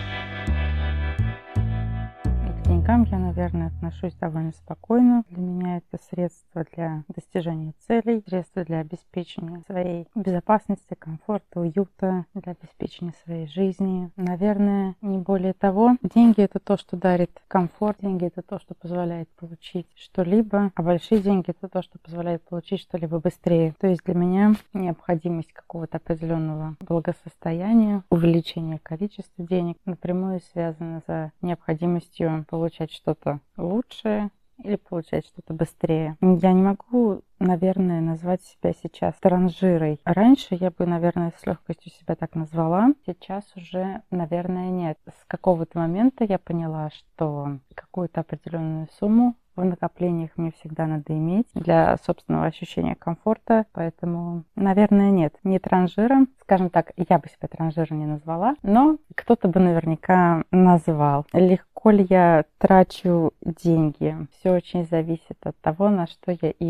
К деньгам я, наверное, отношусь довольно спокойно. Для меня это средство для достижения целей, средство для обеспечения своей безопасности, комфорта, уюта, для обеспечения своей жизни. Наверное, не более того. Деньги — это то, что дарит комфорт, деньги — это то, что позволяет получить что-либо, а большие деньги — это то, что позволяет получить что-либо быстрее. То есть для меня необходимость какого-то определенного благосостояния, увеличения количества денег напрямую связана с необходимостью получать что-то лучшее или получать что-то быстрее. Я не могу, наверное, назвать себя сейчас транжирой. Раньше я бы, наверное, с легкостью себя так назвала. Сейчас уже, наверное, нет. С какого-то момента я поняла, что какую-то определенную сумму в накоплениях мне всегда надо иметь для собственного ощущения комфорта, поэтому, наверное, нет, не транжиром. Скажем так, я бы себя транжиром не назвала, но кто-то бы наверняка назвал. Легко ли я трачу деньги? Все очень зависит от того, на что я их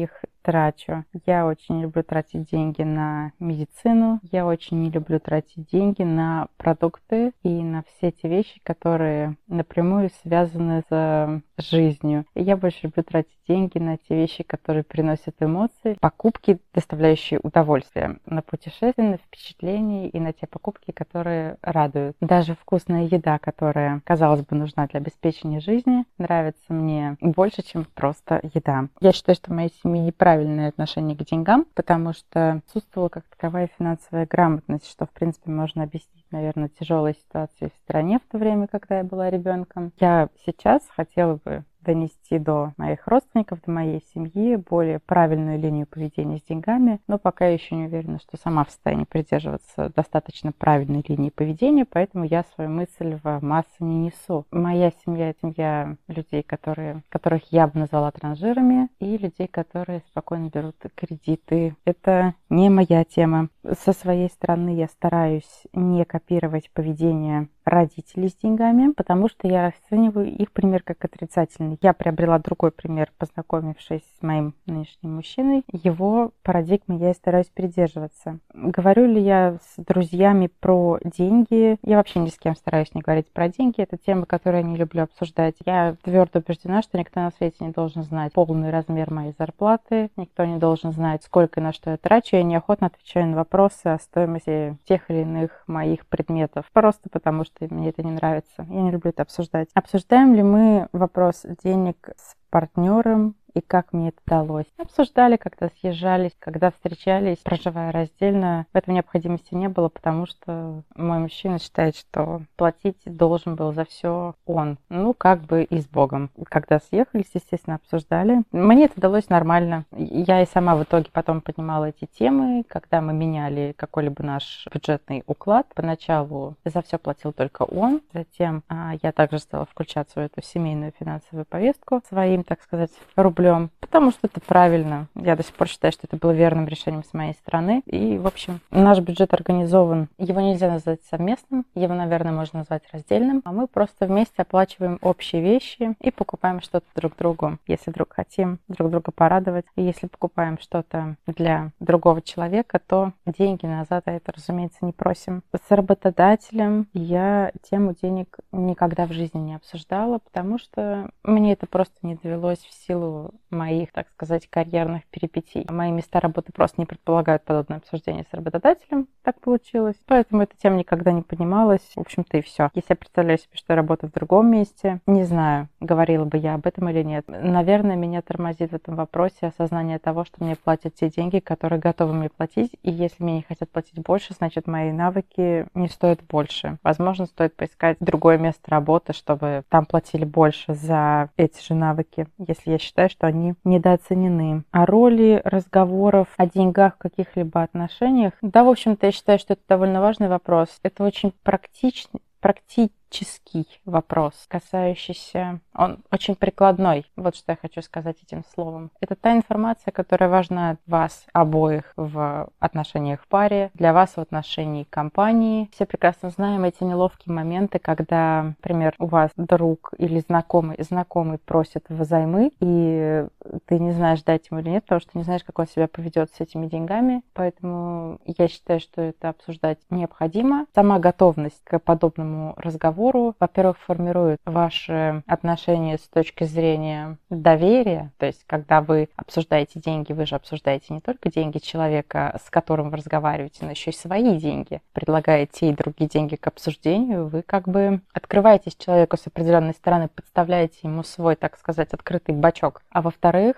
трачу. Я очень люблю тратить деньги на медицину, я очень не люблю тратить деньги на продукты и на все те вещи, которые напрямую связаны с жизнью. И я больше люблю тратить деньги на те вещи, которые приносят эмоции, покупки, доставляющие удовольствие, на путешествия, на впечатления и на те покупки, которые радуют. Даже вкусная еда, которая, казалось бы, нужна для обеспечения жизни, нравится мне больше, чем просто еда. Я считаю, что в моей семье неправильное отношение к деньгам, потому что отсутствовала как таковая финансовая грамотность, что, в принципе, можно объяснить, наверное, тяжелой ситуацией в стране в то время, когда я была ребенком. Я сейчас хотела бы донести до моих родственников, до моей семьи более правильную линию поведения с деньгами, но пока я еще не уверена, что сама в состоянии придерживаться достаточно правильной линии поведения, поэтому я свою мысль в массы не несу. Моя семья — это семья людей, которые, которых я бы назвала транжирами, и людей, которые спокойно берут кредиты. Это не моя тема. Со своей стороны я стараюсь не копировать поведение родителей с деньгами, потому что я расцениваю их пример как отрицательный. Я приобрела другой пример, познакомившись с моим нынешним мужчиной. Его парадигмы я и стараюсь придерживаться. Говорю ли я с друзьями про деньги? Я вообще ни с кем стараюсь не говорить про деньги. Это тема, которую я не люблю обсуждать. Я твердо убеждена, что никто на свете не должен знать полный размер моей зарплаты, никто не должен знать, сколько и на что я трачу. Я неохотно отвечаю на вопросы о стоимости тех или иных моих предметов, просто потому что мне это не нравится. Я не люблю это обсуждать. Обсуждаем ли мы вопрос денег с партнером и как мне это удалось? Обсуждали, когда съезжались, когда встречались, проживая раздельно. В этом необходимости не было, потому что мой мужчина считает, что платить должен был за все он. Ну, как бы и с Богом. Когда съехались, естественно, обсуждали. Мне это удалось нормально. Я и сама в итоге потом поднимала эти темы, когда мы меняли какой-либо наш бюджетный уклад. Поначалу за все платил только он. Затем а, я также стала включаться в эту семейную финансовую повестку своим, так сказать, рублем. Потому что это правильно. Я до сих пор считаю, что это было верным решением с моей стороны. И, в общем, наш бюджет организован. Его нельзя назвать совместным. Его, наверное, можно назвать раздельным. А мы просто вместе оплачиваем общие вещи и покупаем что-то друг другу, если вдруг хотим друг друга порадовать. И если покупаем что-то для другого человека, то деньги назад, а это, разумеется, не просим. С работодателем я тему денег никогда в жизни не обсуждала, потому что мне это просто не довелось в силу моих, так сказать, карьерных перипетий. Мои места работы просто не предполагают подобное обсуждение с работодателем. Так получилось. Поэтому эта тема никогда не поднималась. В общем-то и все. Если я представляю себе, что я работаю в другом месте, не знаю, говорила бы я об этом или нет. Наверное, меня тормозит в этом вопросе осознание того, что мне платят те деньги, которые готовы мне платить. И если мне не хотят платить больше, значит, мои навыки не стоят больше. Возможно, стоит поискать другое место работы, чтобы там платили больше за эти же навыки, если я считаю, что они недооценены. О роли разговоров о деньгах в каких-либо отношениях. Да, в общем-то, я считаю, что это довольно важный вопрос. Это очень практичный, практический вопрос, касающийся... Он очень прикладной. Вот что я хочу сказать этим словом. Это та информация, которая важна для вас обоих в отношениях в паре, для вас в отношении компании. Все прекрасно знаем эти неловкие моменты, когда, например, у вас друг или знакомый, знакомый просит взаймы, и ты не знаешь, дать ему или нет, потому что не знаешь, как он себя поведет с этими деньгами. Поэтому я считаю, что это обсуждать необходимо. Сама готовность к подобному разговору, во-первых, формирует ваши отношения с точки зрения доверия, то есть когда вы обсуждаете деньги, вы же обсуждаете не только деньги человека, с которым вы разговариваете, но еще и свои деньги. Предлагая те и другие деньги к обсуждению, вы как бы открываетесь человеку с определенной стороны, подставляете ему свой, так сказать, открытый бачок. А во-вторых,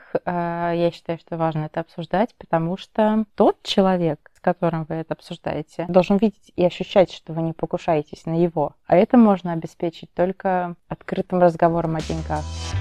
я считаю, что важно это обсуждать, потому что тот человек, с которым вы это обсуждаете, должен видеть и ощущать, что вы не покушаетесь на его. А это можно обеспечить только открытым разговором о деньгах.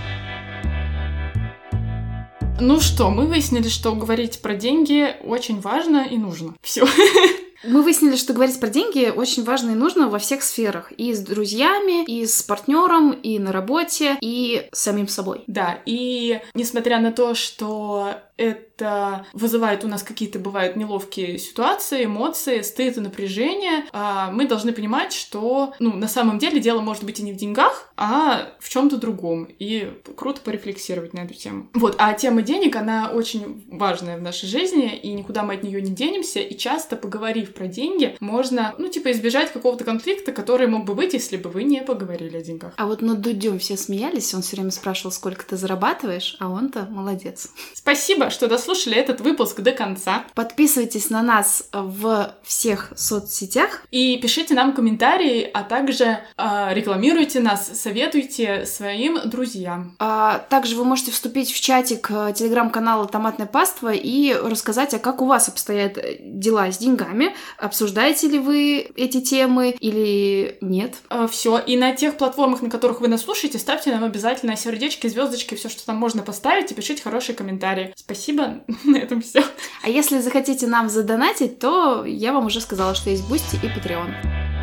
Ну что, мы выяснили, что говорить про деньги очень важно и нужно. Все. Мы выяснили, что говорить про деньги очень важно и нужно во всех сферах. И с друзьями, и с партнером, и на работе, и с самим собой. Да, и несмотря на то, что это вызывает у нас какие-то, бывают, неловкие ситуации, эмоции, стыд и напряжение, мы должны понимать, что, ну, на самом деле дело может быть и не в деньгах, а в чем-то другом. И круто порефлексировать на эту тему. Вот, а тема денег, она очень важная в нашей жизни, и никуда мы от нее не денемся, и часто, поговорив про деньги, можно, ну, типа, избежать какого-то конфликта, который мог бы быть, если бы вы не поговорили о деньгах. А вот над Дудем все смеялись, он все время спрашивал, сколько ты зарабатываешь, а он-то молодец. Спасибо, что дослушали этот выпуск до конца. Подписывайтесь на нас в всех соцсетях. И пишите нам комментарии, а также э, рекламируйте нас, советуйте своим друзьям. А, также вы можете вступить в чатик телеграм-канала «Томатная паства» и рассказать, а как у вас обстоят дела с деньгами, обсуждаете ли вы эти темы или нет. Э, все. И на тех платформах, на которых вы нас слушаете, ставьте нам обязательно сердечки, звездочки, все, что там можно поставить, и пишите хорошие комментарии. Спасибо, на этом все. А если захотите нам задонатить, то я вам уже сказала, что есть Бусти и Patreon.